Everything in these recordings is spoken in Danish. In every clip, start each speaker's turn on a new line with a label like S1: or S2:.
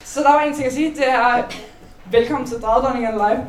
S1: Så der var en ting at sige, det er velkommen til Dragedronningerne Live.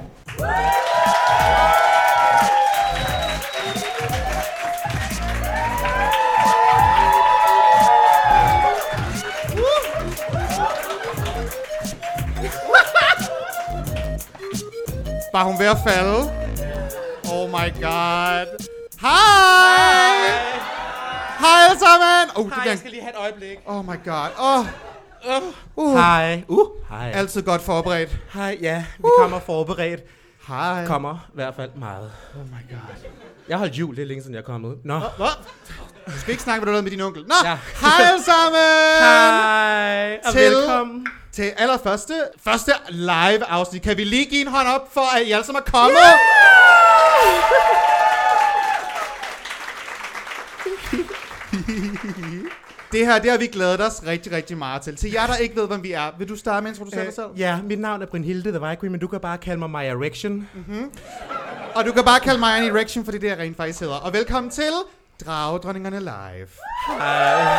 S2: Var hun ved at falde? Oh my god. Hej! Hej alle sammen!
S3: Hej, jeg skal lige have et øjeblik.
S2: Oh my god.
S3: Hej. Hej.
S2: Altid godt forberedt.
S3: Hej, ja. Vi kommer forberedt.
S2: Hej.
S3: Kommer i hvert fald meget.
S2: Oh my god.
S3: Jeg har holdt jul, det er længe siden jeg er kommet. Nå.
S2: Hvad? Du skal ikke snakke, hvad du lavede med din onkel. Nå,
S3: Ja.
S2: hej alle sammen!
S3: Hej, og velkommen.
S2: Til allerførste live afsnit. Kan vi lige give en hånd op for, at I alle sammen er kommet? Det her, det har vi glædet os rigtig, rigtig meget til. Til jer, der ikke ved, hvem vi er, vil du starte med at introducere dig selv?
S3: Ja, mit navn er Brynhilde, The White Queen, men du kan bare kalde mig My Erection.
S2: Og du kan bare kalde mig en erection, fordi det er rent faktisk hedder. Og velkommen til Dragedronningerne Live.
S3: Hej.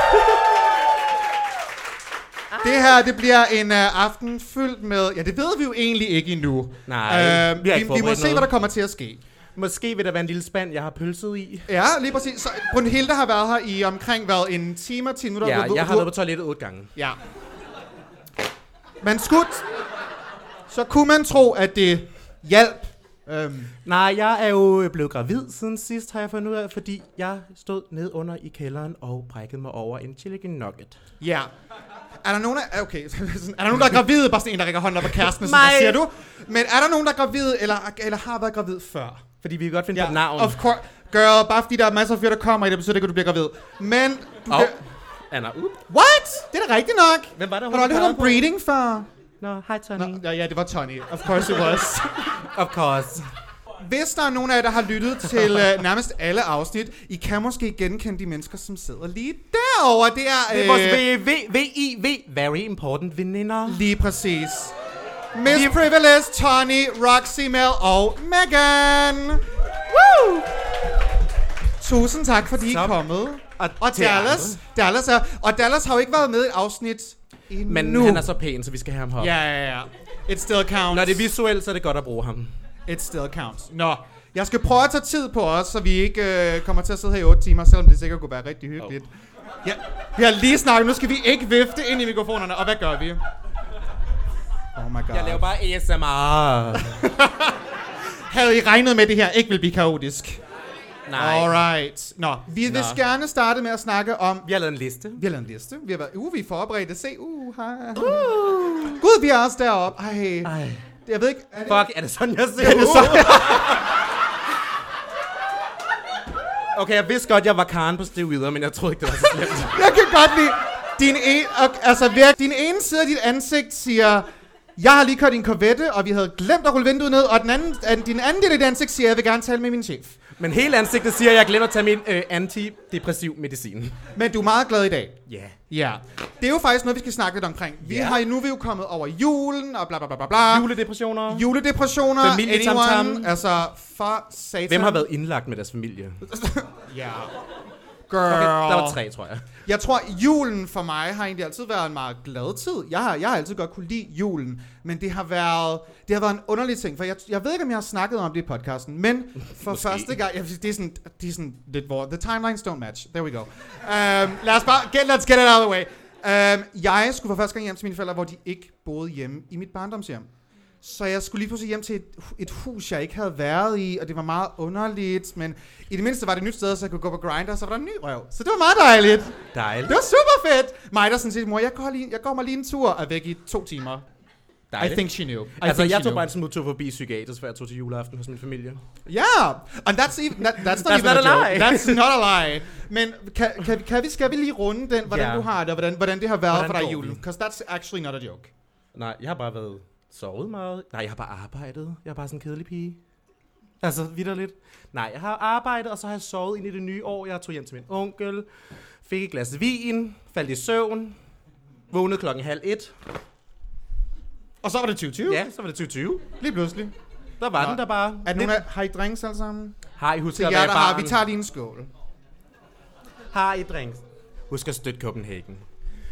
S2: Det her, det bliver en aften fyldt med... Ja, det ved vi jo egentlig ikke endnu.
S3: Nej,
S2: vi må se, hvad der kommer til at ske.
S3: Måske vil der være en lille spand, jeg har pølset i.
S2: Ja, lige præcis. Så Brynhilde har været her i omkring, en time og 10 minutter.
S3: Ja, jeg har været på toilettet 8 gange.
S2: Ja. Men så kunne man tro, at det hjalp.
S3: Nej, jeg er jo blevet gravid siden sidst, har jeg fundet ud af, fordi jeg stod ned under i kælderen og brækkede mig over en chicken nugget.
S2: Ja. Er der nogen, er der nogen, der er gravide? Bare sådan en, der rækker hånden op af kæresten, sådan, hvad siger du? Men er der nogen, der er gravide, eller har været gravid før?
S3: Fordi vi kan godt finde på et navn.
S2: Of course. Girl, bare fordi der er masser af fyre, der kommer i det, betyder det ikke, at du bliver gravid. Men du kan...
S3: Anna,
S2: What? Det er da rigtigt nok.
S3: Hvem var der?
S2: Har du aldrig hørt om breeding før?
S3: Nå, hej Tony.
S2: Ja, det var Tony. Of course it was.
S3: Of course.
S2: Hvis der er nogen af jer, der har lyttet til nærmest alle afsnit, I kan måske genkende de mennesker, som sidder lige derovre. Det er
S3: vores VIV, Very Important Veninder.
S2: Lige præcis. Miss Privilege, Tony, Roxy, Mel og Megan. Woo! Tusind tak, fordi I er kommet. Og Dallas har jo ikke været med i et afsnit endnu.
S3: Men han er så pæn, så vi skal have ham her.
S2: Ja. It still counts.
S3: Når det er visuelt, så er det godt at bruge ham.
S2: It still counts. Nå, jeg skal prøve at tage tid på os, så vi ikke kommer til at sidde her i 8 timer, selvom det sikkert kunne være rigtig hyggeligt. Ja, vi har lige snakket, nu skal vi ikke vifte ind i mikrofonerne, og hvad gør vi? Oh my god.
S3: Jeg laver bare ASMR.
S2: Havde I regnet med, det her ikke vil blive kaotisk?
S3: Nej.
S2: Alright. Nå, vi vil gerne starte med at snakke om...
S3: Vi har lavet en liste.
S2: Vi har været... vi er forberedte. Se, hej. Gud, vi er også deroppe. Ej. Jeg ved ikke...
S3: Er det sådan, jeg ser ud? Okay, jeg vidste godt, jeg var Karen på steroider, men jeg troede ikke, det var så slemt.
S2: Jeg kan godt lide... din ene side af dit ansigt siger... Jeg har lige kørt din Corvette, og vi havde glemt at rulle vinduet ned, og din anden del af dit ansigt siger, jeg vil gerne tale med min chef.
S3: Men hele ansigtet siger, at jeg glemmer at tage min antidepressiv medicin.
S2: Men du er meget glad i dag.
S3: Ja. Yeah.
S2: Ja. Det er jo faktisk noget, vi skal snakke lidt omkring. Vi er jo kommet over julen, og bla bla bla bla bla. Juledepressioner.
S3: Familietamtam.
S2: Altså, for satan.
S3: Hvem har været indlagt med deres familie?
S2: Ja. Girl.
S3: Okay, der var 3, tror jeg.
S2: Jeg tror, julen for mig har egentlig altid været en meget glad tid. Jeg har altid godt kunne lide julen, men det har været en underlig ting, for jeg ved ikke, om jeg har snakket om det i podcasten, men for første gang, det er sådan lidt hvor the timelines don't match. There we go. Let's get it out of the way. Jeg skulle for første gang hjem til mine forældre, hvor de ikke boede hjemme i mit barndomshjem. Så jeg skulle lige pludselig hjem til et hus, jeg ikke havde været i, og det var meget underligt, men i det mindste var det et nyt sted, så jeg kunne gå på Grindr, så var der en ny røv. Så det var meget dejligt.
S3: Dejligt.
S2: Det var super fedt. Mig der sådan siger, mor, jeg går mig lige en tur og er væk i 2 timer. Dejligt. I think she knew.
S3: Jeg tog bare en smuttur forbi psykiatrisk, før jeg tog til juleaften hos min familie.
S2: Ja, and that's not even a joke. That's not a lie. Men skal vi lige runde den, hvordan du har det, og hvordan det har været for dig i julen? Because that's actually not a joke.
S3: Nej, jeg har bare været sovet meget. Nej, jeg har bare arbejdet. Jeg er bare sådan en kedelig pige. Altså, vitterligt. Nej, jeg har arbejdet, og så har jeg sovet ind i det nye år. Jeg tog hjem til min onkel, fik et glas vin, faldt i søvn, vågnede 12:30.
S2: Og så var det 2020?
S3: Ja, så var det 2020.
S2: Lige pludselig.
S3: Der var den der bare.
S2: Har I drinks alle sammen?
S3: Har I husket
S2: at være barn? Vi tager lige en skål.
S3: Har I drinks? Husk at støtte Copenhagen.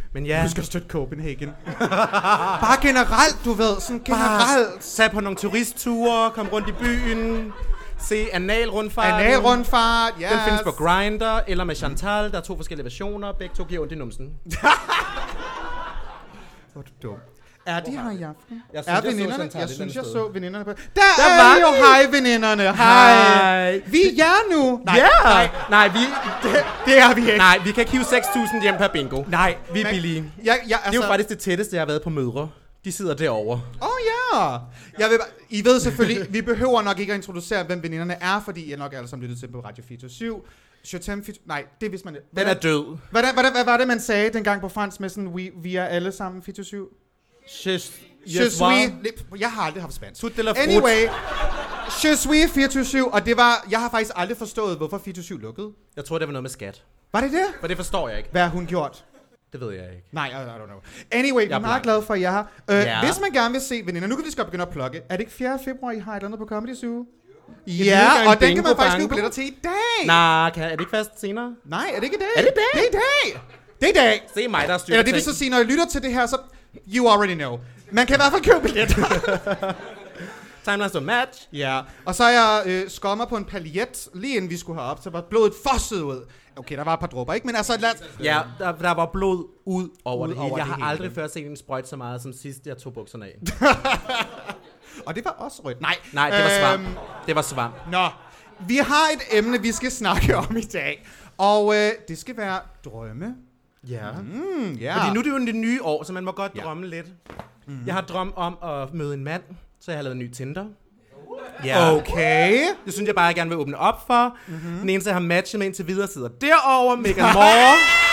S3: Men ja.
S2: Du skal støtte Copenhagen. Bare generelt, du ved. Sådan generelt.
S3: Tag på nogle turistture, kom rundt i byen, se analrundfart.
S2: Analrundfart, yes.
S3: Den findes på Grindr eller med Chantal. Der er 2 forskellige versioner. Begge 2 giver ondt i numsen.
S2: Hvor er du dum. Er de her i aften?
S3: Jeg
S2: Er veninderne? Jeg synes, jeg så veninderne på. Der
S3: var
S2: er jo hej veninderne. Hej. Vi er jer nu.
S3: Nej, vi...
S2: Det er vi ikke.
S3: Nej, vi kan ikke hive 6.000 hjem per bingo.
S2: Nej.
S3: Vi er billige.
S2: Det
S3: Det er jo faktisk det tætteste, jeg har været på mødre. De sidder derovre.
S2: Ja. I ved selvfølgelig, vi behøver nok ikke at introducere, hvem veninderne er, fordi jeg nok alle sammen lyttet til på Radio 24/7. Nej, det vidste man ikke.
S3: Den er død.
S2: Hvad var det, man sagde dengang på fransk med sådan, vi er alle sammen 24/7? Je suis... Jeg har aldrig haft spansk. Anyway, je suis 24/7, og det var... Jeg har faktisk aldrig forstået, hvorfor 24/7 lukkede.
S3: Jeg tror, det var noget med skat.
S2: Var det det?
S3: For det forstår jeg ikke.
S2: Hvad har hun gjort?
S3: Det ved jeg ikke.
S2: Nej, I don't know. Anyway, jeg er meget glad for, at jeg har. Hvis man gerne vil se veninder, nu kan vi skal begynde at plukke. Er det ikke 4. februar, I har et eller andet på Comedy Zoo? Ja, og den kan man faktisk købe billetter til i dag.
S3: Nej, er det ikke først senere?
S2: Nej, er det ikke i dag?
S3: Er det i dag?
S2: Det er i dag. Det er i dag.
S3: Se mig, der er styr.
S2: Eller det vil så sige, når I lytter til det her, så... You already know. Man kan i hvert fald købe billetter.
S3: Timelines to match.
S2: Ja, og så har jeg skommet på en paljet, lige inden vi skulle herop, så var blodet fosset ud. Okay, der var et par dråber, ikke? Men altså...
S3: Ja, der var blod ud over det hele.
S2: Over
S3: Jeg
S2: det
S3: har
S2: hele.
S3: aldrig før set en sprøjt så meget, som sidst jeg tog bukserne af.
S2: Og det var også rødt.
S3: Nej, det var svamp. Det var svamp.
S2: Nå, vi har et emne, vi skal snakke om i dag. Og det skal være drømme.
S3: Ja.
S2: Ja.
S3: Fordi nu er det jo det nye år, så man må godt drømme lidt. Jeg har drømt om at møde en mand, så jeg har lavet en ny Tinder.
S2: Ja. Okay.
S3: Det synes jeg bare, jeg gerne vil åbne op for. Den eneste, jeg har matchet med indtil videre, sidder derovre, Megan Moore.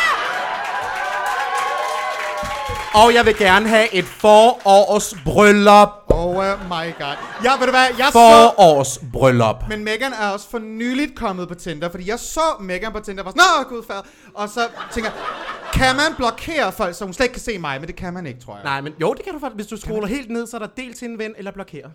S3: Og jeg vil gerne have et forårsbryllup.
S2: Oh my god. Ja, ved du hvad?
S3: Forårsbryllup.
S2: Men Megan er også for nyligt kommet på Tinder, fordi jeg så Megan på Tinder og var sådan, nå, gud fad. Og så tænker jeg, kan man blokere folk, så hun slet ikke kan se mig? Men det kan man ikke, tror jeg.
S3: Nej, men jo, det kan du faktisk. Hvis du scroller helt ned, så er der del til en ven eller blokere.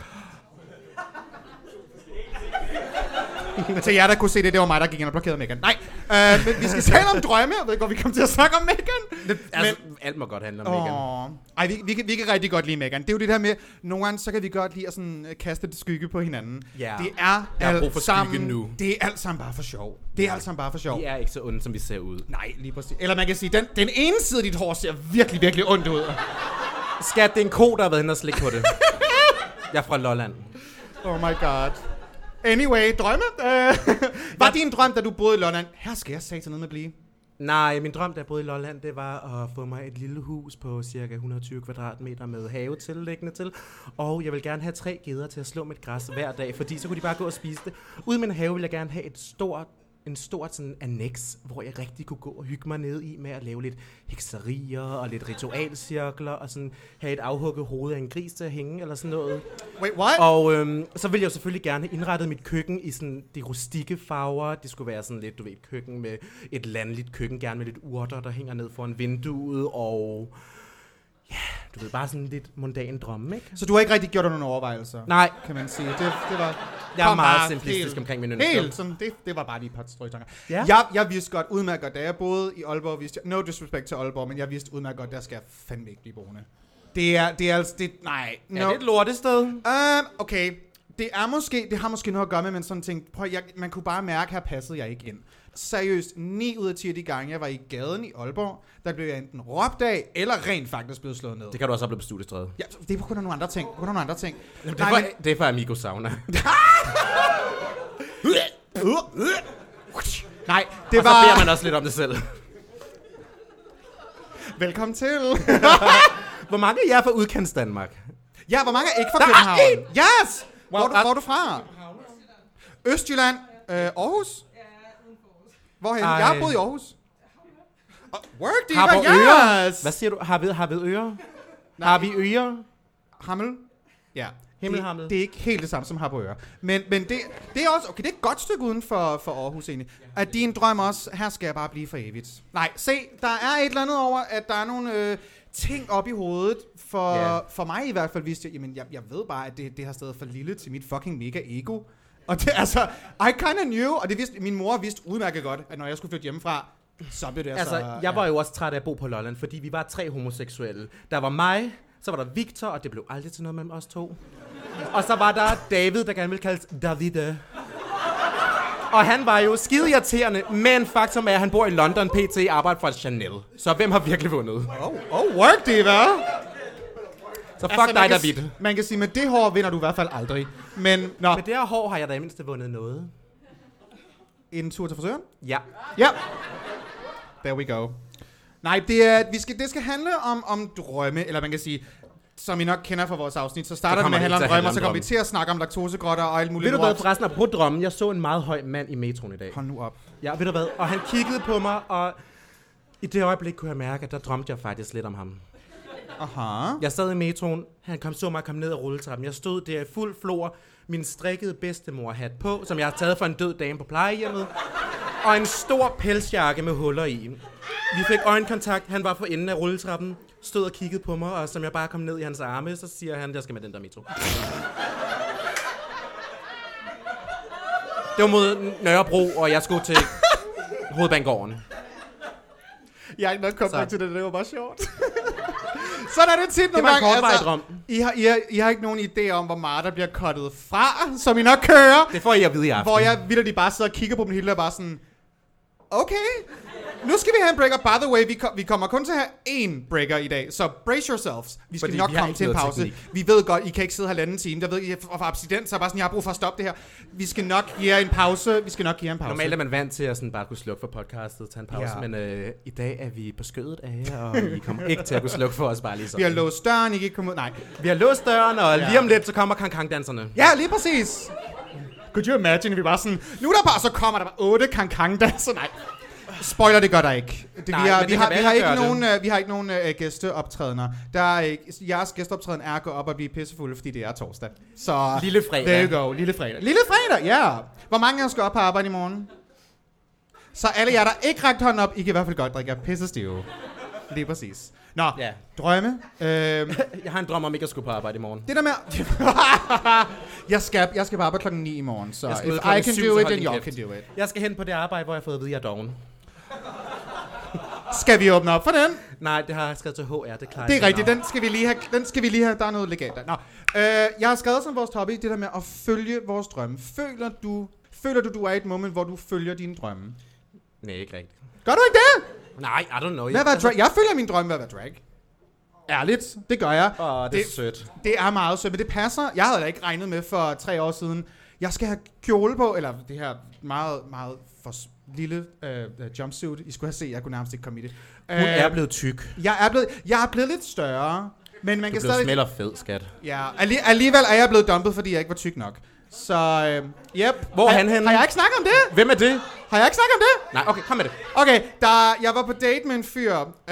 S2: Til jer, der kunne se det, det var mig, der gik ind og blokerede Megan. Nej, men vi skal tale om drømme. Jeg ved ikke, hvor vi kommer til at snakke om Megan.
S3: Alt må godt handle om Megan.
S2: Ej, vi kan rigtig godt lide Megan. Det er jo det der med, nogle gange, så kan vi godt lide at sådan, kaste det skygge på hinanden.
S3: Ja.
S2: Det er alt sammen
S3: nu.
S2: Det er alt sammen bare for sjov. Det er alt sammen bare for sjov.
S3: De er ikke så onde, som vi ser ud.
S2: Nej, lige præcis. Eller man kan sige, den ene side af dit hår ser virkelig, virkelig ondt ud.
S3: Skat, det er en ko, der har været henne og slik på det. Jeg er fra Lolland.
S2: Oh my god. Anyway, drømme. Var din drøm, da du boede i Lolland? Her skal jeg sige til noget med blive.
S3: Nej, min drøm, da jeg boede i Lolland, det var at få mig et lille hus på cirka 120 kvadratmeter med have tilliggende til. Og jeg vil gerne have 3 geder til at slå mit græs hver dag, fordi så kunne de bare gå og spise det. Ude i min have vil jeg gerne have en stort sådan annex, hvor jeg rigtig kunne gå og hygge mig ned i med at lave lidt hekserier og lidt ritualcirkler og sådan have et afhugget hoved af en gris til at hænge eller sådan noget.
S2: Wait, what?
S3: Og så ville jeg jo selvfølgelig gerne have indrettet mit køkken i sådan de rustikke farver. Det skulle være sådan lidt, du ved, et køkken med et landligt køkken, gerne med lidt urter, der hænger ned foran vinduet og... Ja, du ved, bare sådan lidt mundan drømme, ikke?
S2: Så du har ikke rigtig gjort dig nogle overvejelser?
S3: Nej.
S2: Kan man sige. Det var...
S3: Jeg er meget simplistisk omkring min ønsker.
S2: Helt sådan, det var bare lige et par strøgtanker.
S3: Ja.
S2: Jeg vidste godt udmærket godt, da jeg boede i Aalborg, vidste jeg, no disrespect til Aalborg, men jeg vidste udmærket godt, der skal jeg fandme ikke blive boende. Det er altså, nej. No.
S3: Er det et lortested?
S2: Okay. Det har måske noget at gøre med, men sådan ting. Man kunne bare mærke, her passede jeg ikke ind. Seriøst, 9 ud af 10 af de gange, jeg var i gaden i Aalborg, der blev jeg enten råbt af, eller rent faktisk blevet slået ned.
S3: Det kan du også have blevet på studiestræde.
S2: Ja, det er på grund af nogle andre ting.
S3: Det er for Amigo Sauna.
S2: Nej, det
S3: og
S2: var...
S3: så beder man også lidt om det selv.
S2: Velkommen til.
S3: Hvor mange af jer er fra udkants Danmark?
S2: Ja, hvor mange er ikke fra København? Yes! Hvor er du fra? Østjylland. Aarhus? Hvorhen? Jeg har boet i Aarhus. Work, diva, yes!
S3: Hvad siger du? Har vi ører? Har vi ører?
S2: Hammel? Ja.
S3: Himmelhammel.
S2: Det er ikke helt det samme som Harboøre. Men det er også... Okay, det er et godt stykke uden for Aarhus egentlig. At din drøm også, her skal jeg bare blive for evigt. Nej, se, der er et eller andet over, at der er nogle ting op i hovedet. For mig i hvert fald vidste jeg ved bare, at det har stået for lille til mit fucking mega ego. Og det altså, I kinda knew, og det vidste, min mor vidste udmærket godt, at når jeg skulle flytte hjemmefra, Så blev det
S3: jeg var jo også træt af at bo på Lolland, fordi vi var 3 homoseksuelle. Der var mig, så var der Victor, og det blev aldrig til noget mellem os 2. Og så var der David, der gerne ville kaldes Davide. Og han var jo skide irriterende, men faktum er, at han bor i London pt. Arbejder for Chanel. Så hvem har virkelig vundet?
S2: Work det, hva'?
S3: Så fuck dig, David.
S2: Man kan sige, med det hår vinder du i hvert fald aldrig. Men
S3: med det her hår har jeg da i mindste vundet noget.
S2: En tur til frisøren?
S3: Ja.
S2: Ja. There we go. Nej, det skal handle om drømme, eller man kan sige, som I nok kender fra vores afsnit, så starter det med at handle om drømme, og så kommer vi til at snakke om laktosegrotter og alt muligt.
S3: Ved du hvad, forresten apropos drømmen, jeg så en meget høj mand i metroen i dag.
S2: Hold nu op.
S3: Ja, ved du hvad, og han kiggede på mig, og i det øjeblik kunne jeg mærke, at der drømte jeg faktisk lidt om ham.
S2: Aha.
S3: Jeg sad i metroen, han så mig komme ned ad rulletrappen. Jeg stod der i fuld flor, min strikkede bedstemor-hat på, som jeg har taget for en død dame på plejehjemmet, og en stor pelsjakke med huller i. Vi fik øjenkontakt, han var for enden af rulletrappen, stod og kiggede på mig, og som jeg bare kom ned i hans arme, så siger han, jeg skal med den der metro. Det var mod Nørrebro, og jeg skulle til Hovedbanegården.
S2: Jeg er ikke nok kommet til det var bare sjovt. Sådan er det tit
S3: nogle gange. Det var en drøm.
S2: I har ikke nogen idé om, hvor meget der bliver cuttet fra, som I nok kører.
S3: Det får I at vide i aften.
S2: Hvor jeg vildt, de bare sidder og kigger på dem hele og bare sådan, okay, nu skal vi have en breaker. By the way, vi kommer kun til at have én breaker i dag, så brace yourselves. Vi skal nok komme til en pause. Teknik. Vi ved godt, I kan ikke sidde halvanden time. Der ved I, for abstinens er bare sådan, jeg har brug for at stoppe det her. Vi skal nok give jer en pause.
S3: Normalt er man vant til at sådan bare kunne slukke for podcastet, tage en pause, ja. Men i dag er vi på skødet af jer, og I kommer ikke til at kunne slukke for os bare lige så.
S2: Vi har låst døren, I kan ikke komme ud. Nej.
S3: Vi har låst døren, og lige om lidt, så kommer kankang-danserne.
S2: Ja, lige præcis. Could you imagine, vi bare sådan, nu der bare, så kommer der bare 8 kankang-danser. Nej. Spoiler, det gør der ikke. Vi har ikke nogen gæsteoptrædener. Jeres gæsteoptræden er at gå op og blive pissefulde, fordi det er torsdag. Så
S3: lille fredag.
S2: There you go. Lille fredag, ja. Yeah. Hvor mange af jer skal op på arbejde i morgen? Så alle jer, der ikke rækte hånden op, I kan i hvert fald godt drikke jer pissestive. Lige præcis. Nå, ja. Drømme.
S3: Jeg har en drøm om ikke at skulle på arbejde i morgen.
S2: Det der med... jeg skal på arbejde 9:00 i morgen, så if I can do it, then you can do it.
S3: Jeg skal hen på det arbejde, hvor jeg har fået at vide, at jeg er doven.
S2: Skal vi åbne op for den?
S3: Nej, det har jeg skrevet til HR, det klarer
S2: det er rigtigt, den skal vi lige have, der er noget legalt der. Nå, jeg har skrevet som vores hobby, det der med at følge vores drømme. Føler du er i et moment, hvor du følger dine drømme?
S3: Nej, ikke rigtigt.
S2: Gør du ikke det?
S3: Nej, I don't know.
S2: Jeg følger min drømme ved at være drag. Ærligt, det gør jeg.
S3: Det er sødt.
S2: Det er meget sødt, men det passer. Jeg havde da ikke regnet med for 3 år siden. Jeg skal have kjole på, eller det her meget, meget for lille jumpsuit. I skulle have set, jeg kunne nærmest ikke komme i det.
S3: Hun er blevet tyk.
S2: Jeg er blevet lidt større. Men man kan stadig...
S3: Du smelter fed, skat.
S2: Ja, alligevel er jeg blevet dumpet, fordi jeg ikke var tyk nok. Så, yep.
S3: Hvor er han henne?
S2: Har jeg ikke snakket om det?
S3: Hvem er det?
S2: Har jeg ikke snakket om det?
S3: Nej, okay, kom med det.
S2: Okay, jeg var på date med en fyr.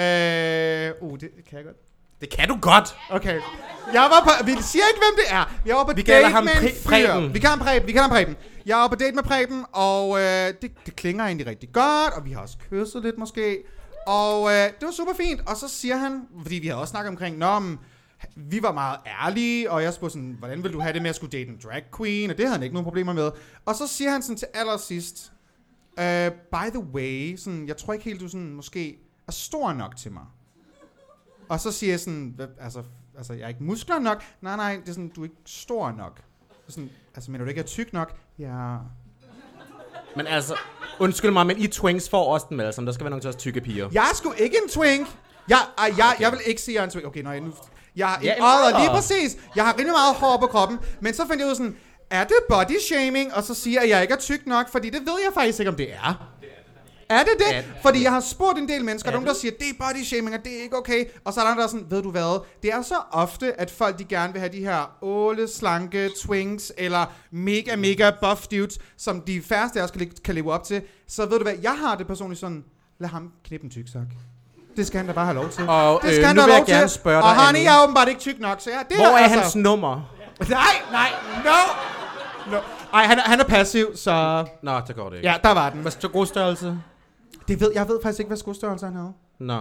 S2: Det kan jeg godt.
S3: Det kan du godt.
S2: Okay. Vi siger ikke, hvem det er. Jeg var på date med en fyr. Vi kalder ham Preben. Jeg var på date med Preben, og det klinger egentlig rigtig godt, og vi har også kysset lidt måske. Og det var super fint. Og så siger han, fordi vi havde også snakket omkring, vi var meget ærlige, og jeg spurgte sådan, hvordan vil du have det med at skulle date en drag queen? Og det havde han ikke nogen problemer med. Og så siger han sådan til allersidst, by the way, sådan, jeg tror ikke helt, du sådan måske er stor nok til mig. Og så siger jeg sådan, altså jeg er ikke muskler nok. Nej, det er sådan, du er ikke stor nok. Sådan, men du ikke er tyk nok? Ja.
S3: Men altså, undskyld mig, men I twinks får også den med, som der skal være nogen til os tykke piger.
S2: Jeg er sgu ikke en twink. Jeg vil ikke sige, at jeg er en twink. Okay, nu... lige præcis. Jeg har rigtig meget hår på kroppen, men så fandt jeg ud sådan, er det body shaming? Og så siger jeg, at jeg ikke er tyk nok, fordi det ved jeg faktisk ikke, om det er. Er det det? Fordi jeg har spurgt en del mennesker, nogen der siger, det er body shaming, og det er ikke okay. Og så er der andre, der sådan, ved du hvad? Det er så ofte, at folk de gerne vil have de her slanke twinks, eller mega buff dudes, som de færreste af os kan leve op til. Så ved du hvad, jeg har det personligt sådan, lad ham knippe en tyk sok. Det skal han da bare have lov til.
S3: Og det skal han da lov til. Spørge dig,
S2: og honey, jeg er åbenbart ikke tyk nok, så ja, det
S3: hvor er hans nummer?
S2: Nej, no. Ej, han er passiv, så...
S3: Nå, det går det ikke.
S2: Ja, der var den.
S3: Hvad er skostørrelse?
S2: Jeg ved faktisk ikke, hvad skostørrelse han havde.
S3: Nå.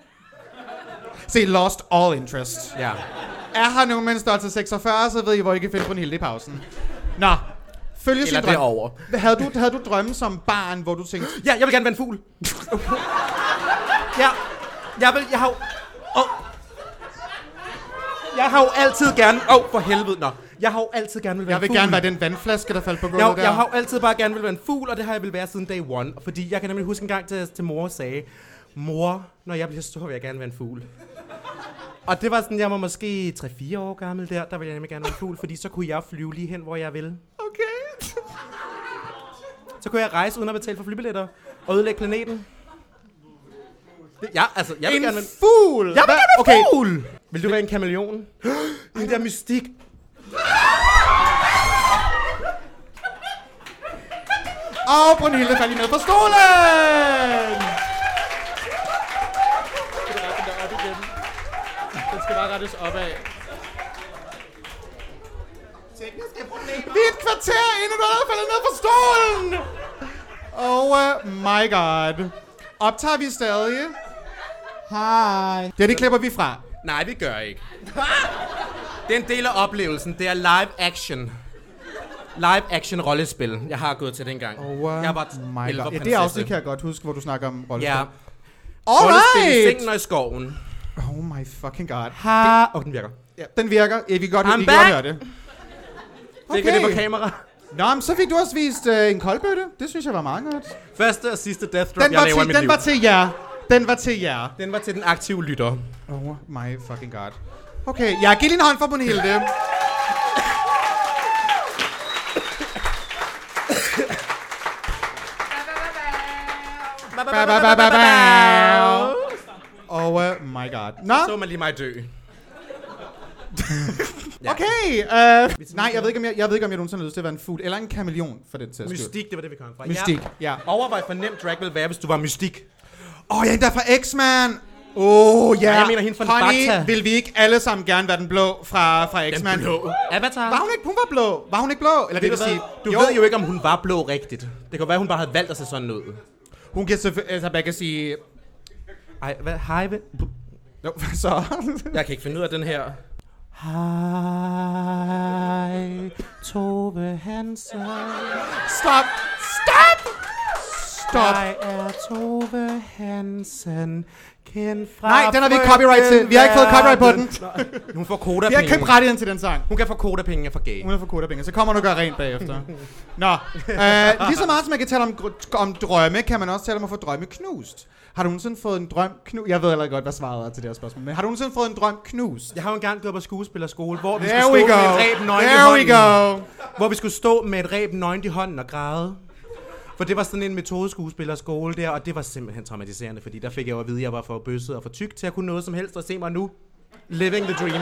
S2: Se, lost all interest.
S3: Ja.
S2: Er han nogen med en størrelse 46, så ved I, hvor I kan finde på en hel i pausen. Nå. følge sin
S3: Eller
S2: drøm.
S3: derovre.
S2: Havde du drømme som barn, hvor du tænkte...
S3: Ja, jeg vil gerne være en fugl. Ja, jeg har jo altid gerne... for helvede, nå. Jeg har jo altid gerne vil være
S2: Jeg vil
S3: en fugl.
S2: gerne være den vandflaske, der faldt på gulvet der.
S3: Jeg har jo altid bare gerne vil være en fugl, og det har jeg vil være siden day one. Fordi jeg kan nemlig huske en gang til mor sagde, mor, når jeg bliver stor, vil jeg gerne være en fugl. Og det var sådan, jeg var måske 3-4 år gammel der ville jeg nemlig gerne være en fugl, fordi så kunne jeg flyve lige hen, hvor jeg ville.
S2: Okay.
S3: Så kunne jeg rejse uden at betale for flybilletter og ødelægge planeten. Ja, altså, jeg vil
S2: en
S3: gerne være
S2: fugl!
S3: Jeg vil gerne være
S2: en
S3: fugl! Vil du være en kameleon? Den der mystik.
S2: Og Brunhilde faldt ned på stolen! Den skal bare rettes opad. Vi er et kvarter inden du er faldet ned på stolen! Oh my god. Optager vi stadig? Hej. Det klipper vi fra.
S3: Nej, vi gør ikke. Det er en del af oplevelsen. Det er live action. Live action rollespil. Jeg har gået til det engang. Jeg var
S2: my god. Ja, det afsnit kan jeg godt huske, hvor du snakker om rollespil.
S3: Ja.
S2: Alright!
S3: I sengen og i skoven.
S2: Oh my fucking god.
S3: Den virker.
S2: Ja, den virker. Ja, vi kan godt
S3: I'm
S2: høre det.
S3: Okay. Det er det på kamera.
S2: Nå, men så fik du også vist en koldbøtte. Det synes jeg var meget godt.
S3: Første og sidste death drop, jeg laver i mit liv.
S2: Den var til jer. Den var til jer.
S3: Den var til den aktive lytter.
S2: Oh my fucking god. Okay, jeg giver lige en hånd for Brunhilde. Oh my god. Nå.
S3: Så man lige mig dø.
S2: Okay. Nej, jeg ved ikke om jeg nogensinde har lyst til at være en fugl eller en kameleon for den sags skyld.
S3: Mystik, det var det vi kom fra.
S2: Mystik, ja.
S3: Overvej for nemt drag vil være, hvis du var mystik.
S2: Ja, der fra X-Man. Ja.
S3: Jeg mener hende fra
S2: Honey, vil vi ikke alle sammen gerne være den blå fra X-Man?
S3: Den blå. Avatar.
S2: Hun var blå. Var hun ikke blå? Eller det vil sige,
S3: du ved jo ikke, om hun var blå rigtigt. Det kan være, hun bare havde valgt at se sådan ud.
S2: Hun kan selvfølgelig, altså man kan sige...
S3: Ej, hvad? Hej, hvad
S2: så?
S3: Jeg kan ikke finde ud af den her. Hej, Tove Hansen.
S2: Stop!
S3: Jeg er Tove Hansen. Kendt fra
S2: Nej, den har vi ikke copyright til. Vi har ikke fået copyright på den.
S3: Hun får kodapenge.
S2: Vi har ikke købt rettigheden til den sang.
S3: Hun kan få kodapenge for gay.
S2: Hun har fået kodapenge. Så kommer hun og gør rent bagefter. Nå, lige så meget som man kan tale om drømme, kan man også tale om at få drømme knust. Har du nogensinde fået en drøm knust? Jeg ved allerede godt, hvad svaret er til det her spørgsmål. Men har du nogensinde fået en drøm knust?
S3: Jeg har jo engang gået på skuespillerskole, hvor vi skulle stå med et ræb nøgen i hånden. Hvor vi skulle stå med et ræb nøgen i hånden og græde. For det var sådan en metodeskuespillerskole der, og det var simpelthen traumatiserende, fordi der fik jeg jo at vide, at jeg var for bøsset og for tyk til at kunne noget som helst, og se mig nu. Living the dream.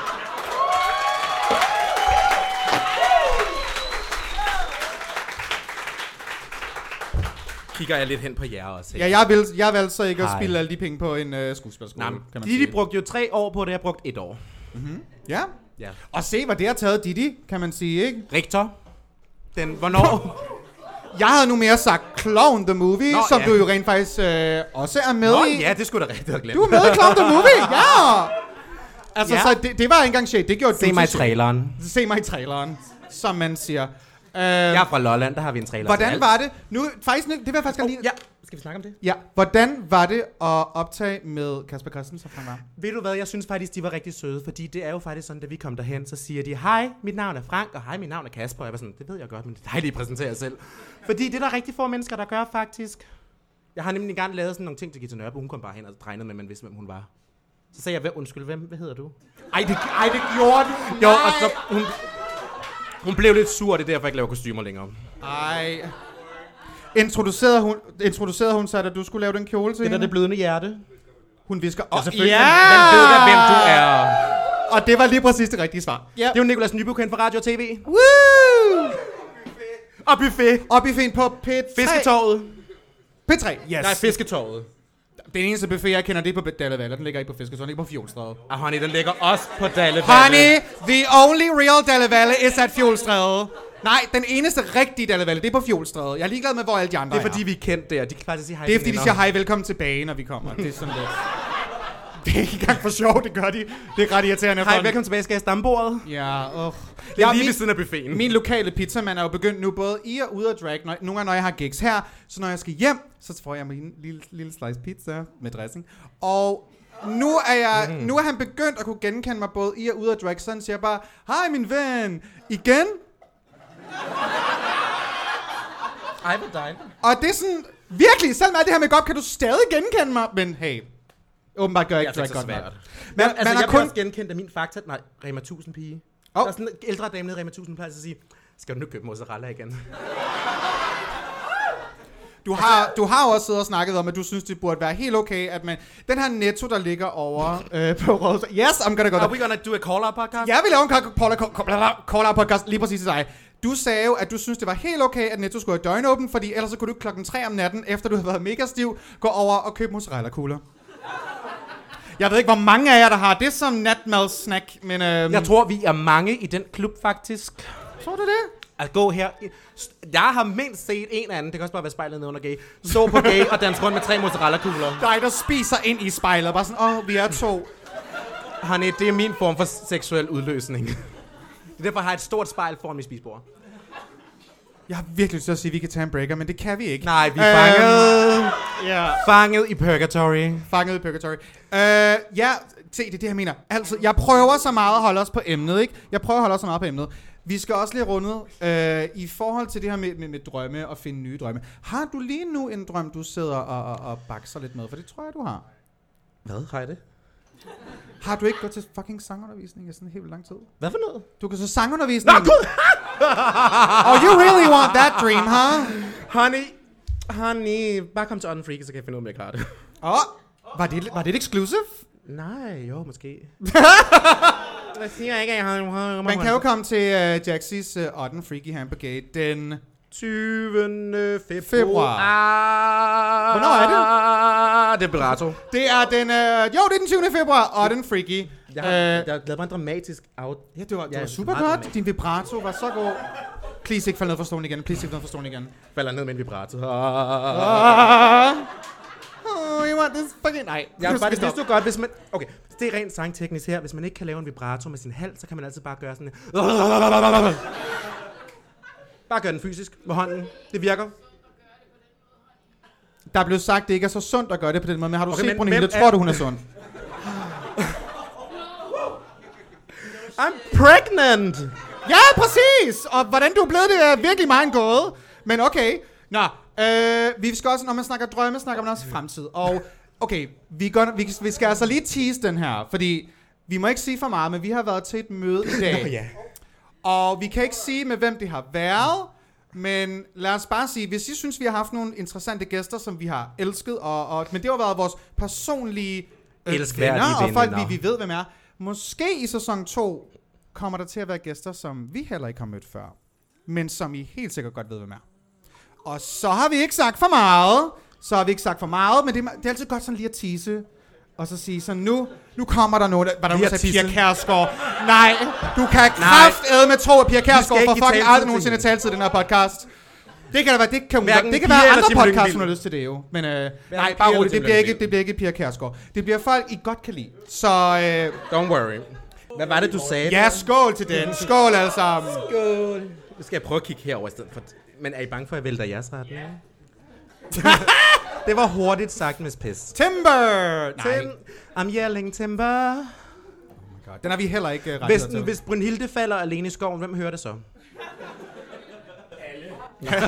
S3: Kigger jeg lidt hen på jer også.
S2: Ja, jeg valgte så ikke at spille alle de penge på en skuespillerskole, kan man sige.
S3: De brugte jo 3 år på det, jeg brugte 1 år.
S2: Mm-hmm. Ja. Og se, hvad det har taget Didi, kan man sige, ikke?
S3: Rektor. Hvornår?
S2: Jeg havde nu mere sagt Clown the Movie, som du jo rent faktisk også er med i.
S3: Ja, det skulle da rigtig have glemt.
S2: Du er med i Clown the Movie, ja! Altså, så det var ikke engang shit, det gjorde du.
S3: Se mig i traileren.
S2: Se mig i traileren, som man siger.
S3: Jeg er fra Lolland, der har vi en trailer.
S2: Hvordan var det? Nu, faktisk, det vil jeg faktisk gerne lige...
S3: Ja, skal vi snakke om det?
S2: Ja, hvordan var det at optage med Kasper Christensen og Frank Hvam?
S3: Ved du hvad, jeg synes faktisk, de var rigtig søde, fordi det er jo faktisk sådan, da vi kom derhen, så siger de, hej, mit navn er Frank, og hej, mit navn er Kasper. Jeg var sådan, det ved jeg godt, men det er dejligt, at præsentere selv. Fordi det er der rigtig få mennesker, der gør faktisk. Jeg har nemlig engang lavet sådan nogle ting til Gita Nørby, hun kom bare hen og regnede med, at man vidste, hvem hun var. Så sagde jeg, undskyld, hvad hedder du? Ej, det gjorde du. Jo, og så hun blev lidt sur, det er derfor, jeg ikke laver kostymer længere.
S2: Ej. Introducerede hun sig, da du skulle lave den kjole til
S3: hende? Det er det blødende hjerte.
S2: Hun visker,
S3: selvfølgelig. Man ved da, hvem du er.
S2: Og det var lige præcis det rigtige svar.
S3: Yep. Det er jo Nicolas Nybukendt fra Radio og TV.
S2: Woo!
S3: Og buffet.
S2: Og buffeten på P3.
S3: Fisketorvet.
S2: P3, yes.
S3: Nej, Fisketorvet.
S2: Den eneste buffet, jeg kender, det er på Dallevalle. Den ligger ikke på Fisketorvet, den ligger på Fjolstræde.
S3: Honey, den ligger også på Dallevalle.
S2: Honey, the only real Dallevalle is at Fjolstræde. Nej, den eneste rigtige Dallevalle, det er på Fjolstræde. Jeg er ligeglad med, hvor alle de andre er.
S3: Det er fordi, vi er kendt der. De kan faktisk sige hej.
S2: Det er fordi, de siger hej, velkommen tilbage, når vi kommer. Det er sådan lidt. Det er ikke engang for sjov, det gør de. Det er ret irriterende.
S3: Hej, velkommen tilbage. Skal jeg stambordet?
S2: Ja,
S3: Det er lige ved siden af buffeten.
S2: Min lokale pizzamand er jo begyndt nu både i og ude at drag. Nogle gange, når jeg har gigs her, så når jeg skal hjem, så får jeg mig en lille slice pizza med dressing. Og nu er han begyndt at kunne genkende mig både i og ude at drag. Så han siger bare, hej min ven, igen?
S3: Ej, hvor dejligt.
S2: Og det er sådan, virkelig, selv med alt det her make-up, kan du stadig genkende mig. Men hey, åbenbart gør jeg ikke drag godt nok.
S3: Men altså, jeg bliver også genkendt af min Fakta. Nej, Rema 1000 pige. Der er sådan en ældre dame nede i Rema 1000 plejer at sige, skal du nu købe mozzarella igen?
S2: Du har jo også siddet og snakket om, at du synes, det burde være helt okay, at man... Den her Netto, der ligger over på Rådhus... Yes, I'm gonna go there.
S3: Are we gonna do a call-out podcast?
S2: Ja, vi laver en call-out podcast lige præcis til dig. Du sagde jo, at du synes, det var helt okay, at Netto skulle have døgnåben, fordi ellers så kunne du klokken 3 om natten, efter du havde været mega stiv, gå over og købe mozzarella-kugler. Jeg ved ikke, hvor mange af jer, der har det som natmadsnack, men...
S3: Jeg tror, vi er mange i den klub, faktisk.
S2: Tror du det?
S3: At gå her... Jeg har mindst set en anden, det kan også bare være spejlet nede under gay, stå på gay og danse rundt med 3 mozzarella-kugler.
S2: Dig, der spiser ind i spejlet, bare sådan, vi er 2.
S3: Honey, det er min form for seksuel udløsning. Det er derfor, jeg har et stort spejl foran mit spisebord.
S2: Jeg har virkelig lyst til at sige, at vi kan tage en breaker, men det kan vi ikke.
S3: Nej, vi er fanget. Fanget i purgatory.
S2: Fanget i purgatory. Ja, se, det er det, jeg mener. Altså, jeg prøver så meget at holde os på emnet, ikke? Vi skal også lige rundet i forhold til det her med drømme og finde nye drømme. Har du lige nu en drøm, du sidder og bakser lidt med? For det tror jeg, du har.
S3: Hvad? Har jeg det?
S2: Har du ikke gået til fucking sangundervisning i sådan en helt lang tid?
S3: Hvad for noget?
S2: Du kan så sangundervisning. Nå, gud! Oh, you really want that dream, huh?
S3: Honey, bare kom til Unfreak, så kan jeg finde ud af, om jeg klarer det.
S2: Var det et exclusive?
S3: Nej, jo, måske. Jeg siger ikke, at jeg har...
S2: Man kan jo komme til Jaxis 8. Freaky Hamburgate den
S3: 20. februar.
S2: Hvornår er det?
S3: Det er Berato.
S2: Det er den... det er den 20. februar, 8. Freaky.
S3: Jeg lavede bare en dramatisk out.
S2: Ja, det var super godt. Din vibrato var så god. Please ikke falde ned for stolen igen.
S3: Falder ned med en vibrato.
S2: You want this fucking... Nej.
S3: Ja, faktisk vidste du godt, hvis man... Okay, det er rent sangteknisk her. Hvis man ikke kan lave en vibrato med sin hals, så kan man altid bare gøre sådan... Bare gør den fysisk med hånden. Det virker.
S2: Der blev sagt, det ikke er så sundt at gøre det på den måde, men har du set Brunhilde? Tror du, hun er sund?
S3: I'm pregnant!
S2: Ja, præcis! Og hvordan du er blevet, det er virkelig meget en gåde. Men okay. Nå, vi skal også, når man snakker drømme, snakker man også fremtid. Og okay, vi skal altså lige tease den her, fordi vi må ikke sige for meget, men vi har været til et møde i dag.
S3: Nå, ja.
S2: Og vi kan ikke sige, med hvem det har været, men lad os bare sige, hvis I synes, vi har haft nogle interessante gæster, som vi har elsket, men det har været vores personlige venner, og folk, vi ved, hvem er. Måske i sæson 2 kommer der til at være gæster, som vi heller ikke har mødt før, men som I helt sikkert godt ved, hvem er. Og så har vi ikke sagt for meget, men det er altid godt sådan lige at tease. Og så sige sådan, nu kommer der noget, hvad der nu sagde, Pia Kjærsgaard. Nej, du kan kraftedme tro, at Pia Kjærsgaard får fucking aldrig nogensinde taletid i den her podcast. Det kan være, det kan være andre podcasts, som har lyst til det jo. Men nej, bare roligt, det bliver ikke Pia Kjærsgaard. Det bliver folk, I godt kan lide. Så
S3: don't worry. Hvad var det, du sagde?
S2: Ja, skål til den. Skål alle sammen.
S3: Skål. Nu skal jeg prøve at kigge herover i stedet for. Men er I bange for, at jeg vælter jeres retning? Det var hurtigt sagt, Miss Piss.
S2: Timber! Nej.
S3: I'm yelling timber.
S2: Oh my God. Den har vi heller ikke rettet til.
S3: Hvis Brunhilde falder alene i skoven, hvem hører det så? Alle.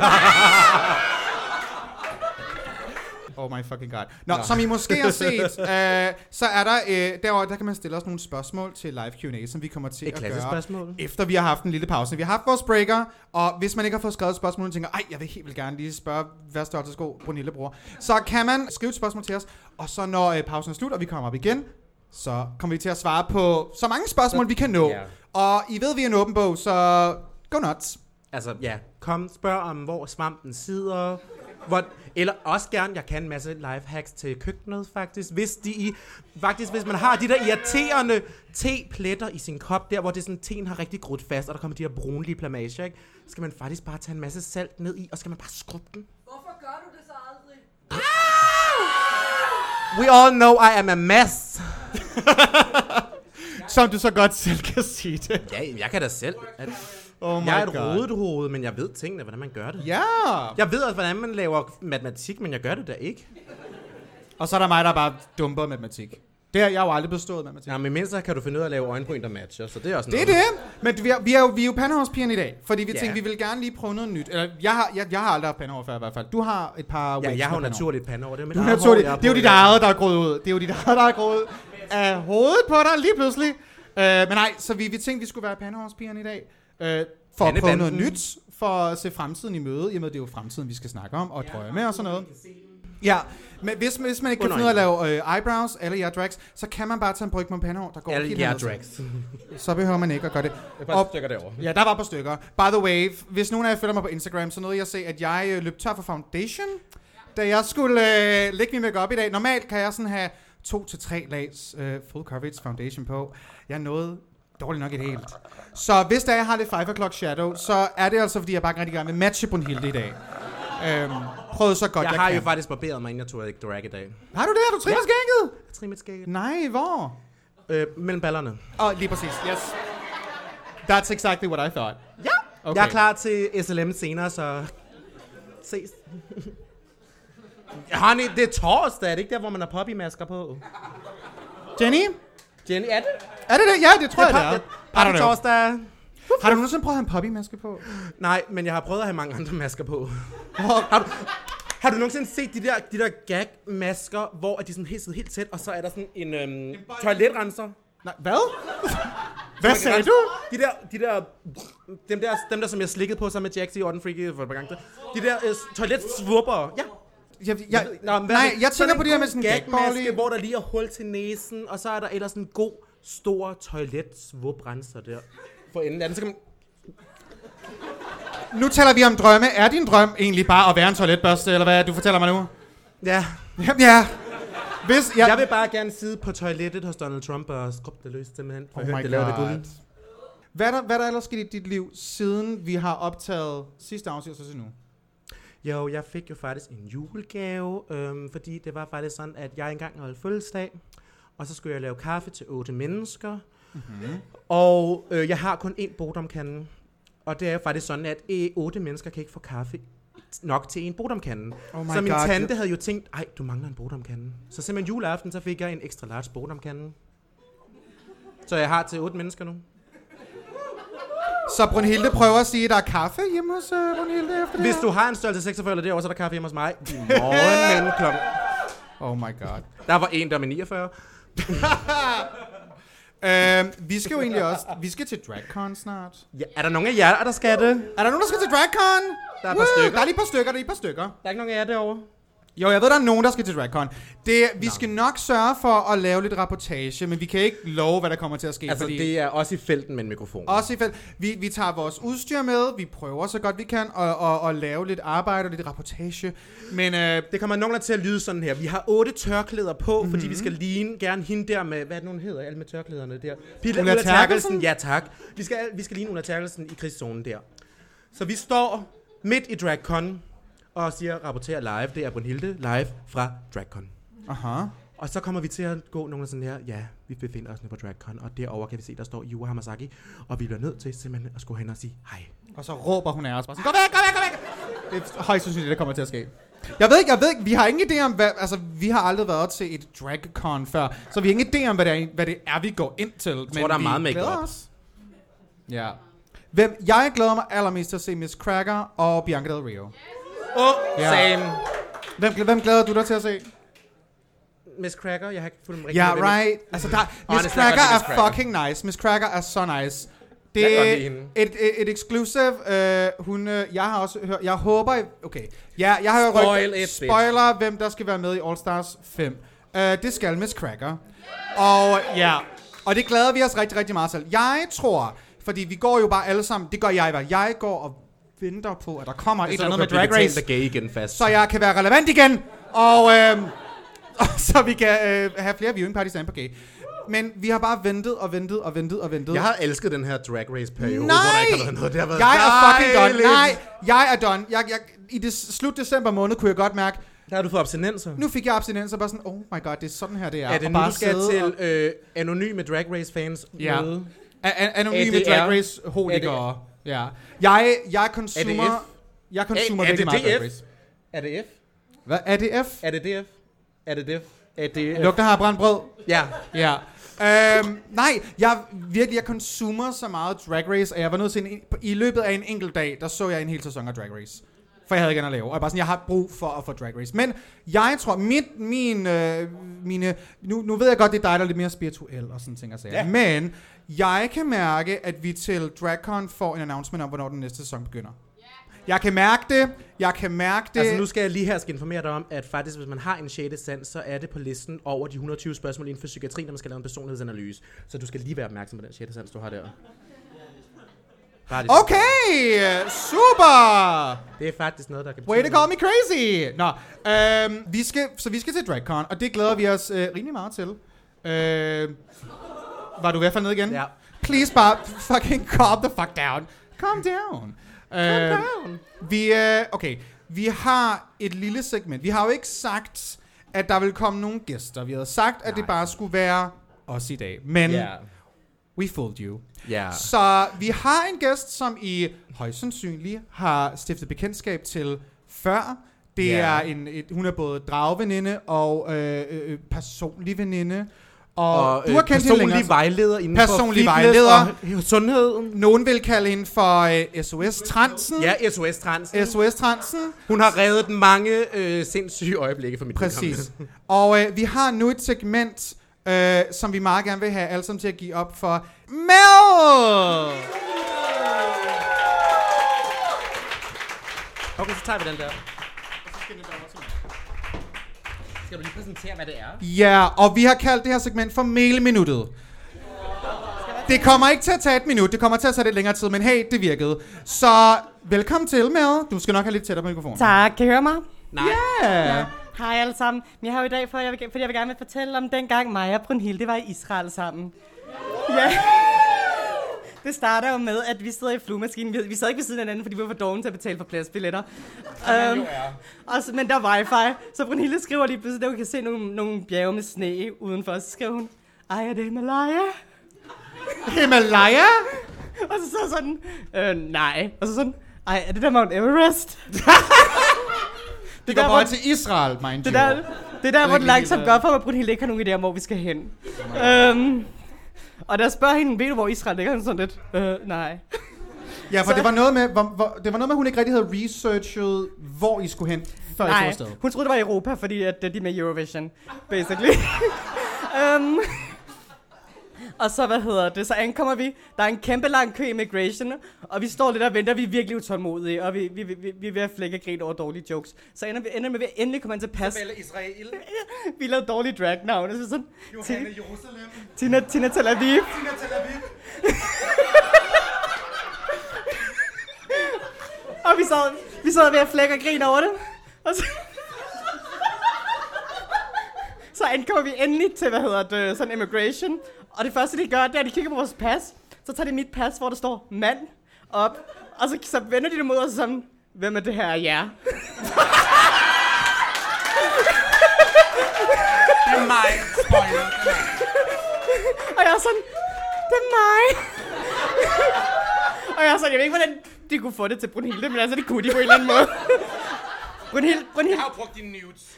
S2: Oh my fucking god. Nå, som I måske har set, så er der, der kan man stille os nogle spørgsmål til live Q&A, som vi kommer til at gøre, efter vi har haft en lille pause. Vi har haft vores breaker, og hvis man ikke har fået skrevet et spørgsmål, og tænker, jeg vil helt gerne lige spørge, hvad størrelsesko Brunhilde bruger, så kan man skrive et spørgsmål til os, og så når pausen er slut, og vi kommer op igen, så kommer vi til at svare på så mange spørgsmål, vi kan nå. Yeah. Og I ved, vi er en åben bog, så go nuts.
S3: Altså, ja, kom, spørg om, hvor svampen sidder. Eller også gerne, jeg kan en masse lifehacks til køkkenet, faktisk. Hvis man har de der irriterende tepletter i sin kop, der hvor det sådan, teen har rigtig grudt fast, og der kommer de her brunlige plamager, ikke? Så skal man faktisk bare tage en masse salt ned i, og skal man bare skrubbe den.
S1: Hvorfor gør du det så aldrig?
S3: We all know I am a mess.
S2: Som du så godt selv kan sige det.
S3: Ja, jeg kan da selv.
S2: Oh my
S3: Jeg er et
S2: God.
S3: rodet hoved, men jeg ved tingene, hvordan man gør det.
S2: Ja.
S3: Jeg ved også, hvordan man laver matematik, men jeg gør det da ikke.
S2: Og så er der mig, der bare dumper matematik. Det har jeg jo aldrig bestået matematik.
S3: Ja, men mindst kan du finde ud af at lave øjenbryn, der matcher, så det er også
S2: Det er
S3: noget.
S2: det. Men vi er jo Pandehårspigerne i dag, fordi vi
S3: Ja.
S2: tænkte, vi vil gerne lige prøve noget nyt. Eller, jeg har aldrig haft pandehår før i hvert fald. Du har et par
S3: Ja,
S2: waves
S3: jeg har jo
S2: med pandehår.
S3: naturligt pandehår. Det er mit
S2: Du er
S3: eget
S2: naturligt.
S3: hår,
S2: Det er jo dit eget, der er groet ud. Det er jo dit eget, der er groet ud af hovedet på dig lige pludselig. Men nej, så vi tænkte, vi skulle være Pandehårspigerne i dag. For at prøve noget nyt, for at se fremtiden i møde. I og med, det er jo fremtiden, vi skal snakke om, og drømme og sådan noget. Ja, men hvis man ikke kan finde ud af at lave eyebrows eller jer drags, så kan man bare tage en bryg med pandehår, der går
S3: Alle
S2: helt
S3: jer
S2: ned.
S3: drags.
S2: Så behøver man ikke at gøre det.
S3: Det er bare et stykker derovre.
S2: Ja, der var et par stykker. By the way, hvis nogen af jer følger mig på Instagram, så nåede jeg at se, at jeg løb tør for foundation, da jeg skulle lægge min makeup i dag. Normalt kan jeg sådan have 2 til 3 lags full coverage foundation på. Jeg nåede dårligt nok et helt. Så hvis der jeg har lidt 5 o'clock shadow, så er det altså, fordi jeg bare rigtig gerne vil matche Brunhilde i dag. Prøvede så godt jeg
S3: har
S2: kan.
S3: jo faktisk barberet mig, inden jeg tog ikke drag i dag.
S2: Har du det? Har du trimmet skægget?
S3: Jeg trimmer skægget.
S2: Nej, hvor?
S3: Mellem ballerne.
S2: Lige præcis, yes. That's exactly what I thought.
S3: Ja.
S2: Okay.
S3: Jeg er klar til SLM senere, så ses. Honey, det er torsdag, er det ikke der, hvor man har poppymasker på?
S2: Jenny?
S3: Jenny, er det?
S2: Er det det? Ja, det tror jeg, det er. I don't know.
S3: Torsdag.
S2: Har du nogensinde prøvet at have en poppymaske på?
S3: Nej, men jeg har prøvet at have mange andre masker på. Har du nogensinde set de der gag-masker, hvor de sådan sidder helt tæt, og så er der sådan en toiletrenser?
S2: Nej, hvad? Hvad sagde du?
S3: Dem der, som jeg slikkede på sammen med Jaxi i Orden Freaky for et par gange. De der toiletsvupper. Ja.
S2: Jeg tænker på det der med sådan en
S3: gagmaske, hvor der lige er hul til næsen, og så er der ellers en god, stor toiletsvuprenser der. For enden af den, så kan man...
S2: Nu taler vi om drømme. Er din drøm egentlig bare at være en toiletbørste, eller hvad du fortæller mig nu?
S3: Ja.
S2: Ja.
S3: Jeg vil bare gerne sidde på toilettet hos Donald Trump og skrubbe det løs simpelthen.
S2: Oh my God. Hvad er der ellers sket i dit liv, siden vi har optaget sidste afsnit og så til nu?
S3: Jo, jeg fik jo faktisk en julegave, fordi det var faktisk sådan, at jeg engang holdt fødselsdag, og så skulle jeg lave kaffe til 8 mennesker, og jeg har kun én bodumkande, og det er jo faktisk sådan, at 8 mennesker kan ikke få kaffe nok til en bodumkande. Så min tante havde jo tænkt, ej, du mangler en bodumkande. Så simpelthen juleaften, så fik jeg en extra large bodumkande. Så jeg har til 8 mennesker nu.
S2: Så Brunhilde prøver at sige, at der er kaffe hjemme hos Brunhilde efter det.
S3: Hvis du har en størrelse 46 eller derovre, så er der kaffe hjemme hos mig. I morgen mellem klokken.
S2: Oh my God.
S3: Der var en, der med 49.
S2: Vi skal jo egentlig også... Vi skal til DragCon snart.
S3: Ja, er der nogen af jer, der skal det?
S2: Er der nogen, der skal til DragCon?
S3: Der er et par stykker.
S2: Der er lige et par stykker.
S3: Der er ikke nogen af jer derovre?
S2: Jo, jeg ved, der er nogen, der skal til DragCon. Vi skal nok sørge for at lave lidt rapportage, men vi kan ikke love, hvad der kommer til at ske.
S3: Altså,
S2: fordi
S3: det er også i felten med en mikrofon.
S2: også i felt. Vi tager vores udstyr med, vi prøver så godt vi kan at lave lidt arbejde og lidt rapportage. Men
S3: det kommer nogenlunde til at lyde sådan her. Vi har 8 tørklæder på, fordi vi skal ligne gerne hende der med, hvad er det, hun hedder, alle med tørklæderne der?
S2: Ulla Terkelsen?
S3: Ja, tak. Vi skal ligne Ulla Terkelsen i krigszonen der. Så vi står midt i DragCon og siger, rapporterer live. Det er Brunhilde live fra DragCon.
S2: aha.
S3: Og så kommer vi til at gå nogle sådan her, ja, vi befinder os nu på DragCon, og derovre kan vi se, der står Yua Hamasaki, og vi bliver nødt til simpelthen at skulle hen og sige hej.
S2: Og så råber hun af os bare sådan, gå væk! Det er højst sandsynligt, det kommer til at ske. Jeg ved ikke, vi har ingen idé om, vi har aldrig været til et DragCon før, så vi har ingen idé om, hvad det er, vi går ind til.
S3: Jeg tror, der er meget make-up.
S2: Ja. Jeg glæder mig allermest til at se Miss Cracker og Bianca Del Rio.
S3: Same.
S2: Hvem glæder du dig til at se?
S3: Miss Cracker, jeg har ikke fulgt dem rigtig.
S2: Ja, right. Altså, Miss Cracker er fucking nice. Miss Cracker er så nice. Det er et exclusive. Jeg har også hørt. Jeg håber. Okay. Ja, jeg har hørt. Spoiler, hvem der skal være med i All Stars 5. Det skal Miss Cracker. Og ja. Og det glæder vi os rigtig, rigtig meget til. Jeg tror, fordi vi går jo bare alle sammen. Det gør jeg. Jeg går og venter på, at der kommer et eller andet med Drag Race.
S3: Igen fast.
S2: Så jeg kan være relevant igen. Og så vi kan have flere viewing parties inde på gay. Men vi har bare ventet.
S3: Jeg har elsket den her Drag Race-periode,
S2: Nej!
S3: hvor der ikke har været noget. Det har været
S2: Jeg er fucking done.
S3: dejligt.
S2: Nej, jeg er done. I det slut december måned kunne jeg godt mærke,
S3: Der har du fået abstinenser.
S2: Nu fik jeg abstinenser, bare sådan, oh my god, det er sådan her, det er.
S3: Er det
S2: og
S3: nu,
S2: bare
S3: du skal
S2: sidde
S3: til anonyme Drag Race fans
S2: Ja.
S3: møde?
S2: Anonyme Drag Race holikere. Ja. Jeg konsumer virkelig meget Drag Race.
S3: Er det F?
S2: Hvad? ADF?
S3: Er det DF? Er det DF? Er det F?
S2: Lugter har brændt brød?
S3: Ja.
S2: Ja. Nej, jeg konsumer så meget Drag Race, at jeg var nødt til i løbet af en enkelt dag, der så jeg en hel sæson af Drag Race. For jeg havde ikke andet at lave. Og jeg bare sådan, jeg har brug for at få Drag Race. Men jeg tror, nu ved jeg godt, det er dig, der er lidt mere spirituel og sådan ting at sige. Ja. Men jeg kan mærke, at vi til DragCon får en announcement om, hvornår den næste sæson begynder. Jeg kan mærke det.
S3: Altså nu skal jeg lige her informere dig om, at faktisk hvis man har en 6. sans, så er det på listen over de 120 spørgsmål inden for psykiatri, når man skal lave en personlighedsanalyse. Så du skal lige være opmærksom på den 6. sans, du har der.
S2: Okay, super!
S3: Det er faktisk noget, der kan
S2: Way to call me crazy! Nå, vi skal til DragCon, og det glæder vi os rimelig meget til. Var du ved at falde ned igen?
S3: Ja.
S2: Please bare fucking calm the fuck down. Calm down. Vi har et lille segment. Vi har jo ikke sagt, at der vil komme nogle gæster. Vi havde sagt, at det bare skulle være os i dag. Men we fooled you.
S3: Yeah.
S2: Så vi har en gæst, som I højst sandsynligt har stiftet bekendtskab til før. Det er hun er både dragveninde og personlig veninde. Og du har kendt hende længere.
S3: Vejleder inden
S2: personlig
S3: for
S2: vejleder
S3: og sundhed.
S2: Nogen vil kalde hende for SOS Transen.
S3: Ja, SOS Transen.
S2: SOS Transen.
S3: Hun har reddet mange sindssyge øjeblikke for mit
S2: Præcis. Og vi har nu et segment, som vi meget gerne vil have alle sammen til at give op for Mel!
S3: Okay, så tager vi den der. Skal du lige præsentere, hvad det er?
S2: Ja, og vi har kaldt det her segment for Mel-minuttet. Det kommer ikke til at tage 1 minut, det kommer til at tage lidt længere tid, men hey, det virkede. Så velkommen til, Mel. Du skal nok have lidt tættere på mikrofonen.
S4: Tak, kan I høre mig?
S3: Nej.
S2: Yeah.
S4: Hej alle sammen. Jeg har jo i dag, fordi jeg vil gerne vil fortælle om dengang mig og Brunhilde var i Israel sammen. Ja. Det starter jo med, at vi sidder i flyvemaskinen. Vi sad ikke ved siden af hinanden, fordi vi var for dårlige til at betale for pladsbilletter. Men der er wifi, så Brunhilde skriver lige pludselig, at hun kan se nogle bjerge med sne udenfor. Så skriver hun, ej, er det Himalaya?
S2: Himalaya?
S4: Og så sådan, nej. Og så sådan, ej, er det der Mount Everest?
S2: Det går bare til Israel, mind you.
S4: Det er der, hvor det langsomt går for, at Brunhilde ikke har nogen idé om, hvor vi skal hen. Og der spørger hende, ved du, hvor Israel ligger? Hun sådan lidt, nej.
S2: Ja, for det var noget med, det var noget med, hun ikke rigtig havde researchet, hvor I skulle hen, før I tog afsted.
S4: Hun troede, det var Europa, fordi at de er med Eurovision, basically. Og så, så ankommer vi. Der er en kæmpe lang kø i immigration, og vi står lidt og venter, vi er virkelig utålmodige, og vi er ved at flække og grine over dårlige jokes. Så ender med, at endelig kommer til pas.
S3: Israel.
S4: Vi lavede dårlige drag-navne, så sådan.
S3: Johanne Jerusalem.
S4: Tina Tel Aviv. Og vi sad ved at flække og grine over det. Og så ankommer vi endelig til, sådan immigration. Og det første, de gør, det er, at de kigger på vores pas. Så tager de mit pas, hvor der står mand op. Og så vender de det mod os sådan, hvem er det her? Ja.
S3: Det er mig. Spoiler.
S4: Og jeg er sådan, det er mig. Og jeg er sådan, jeg ved ikke, hvordan de kunne få det til Brunhilde, men altså, det kunne de på en eller anden måde. Brunhilde.
S3: Jeg har brugt dine nudes.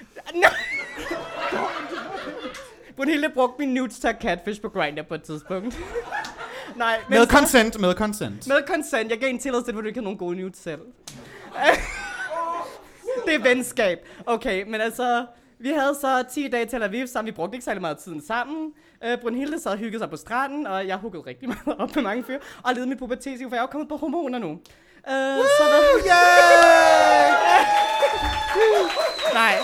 S4: Brunhilde brugte mine nudes til at catfish på Grindr på et tidspunkt. Nej, men
S2: med consent. Med
S4: consent. Jeg gav en tilladelse til, at du ikke havde nogen gode nudes selv. Det er venskab. Okay, men altså, vi havde så 10 dage i Tel Aviv sammen. Vi brugte ikke særlig meget tiden sammen. Brunhilde sad og hyggede sig på stranden, og jeg huggede rigtig meget op med mange fyre. Og levede mit pubertetsliv, for jeg er jo kommet på hormoner nu. Nej.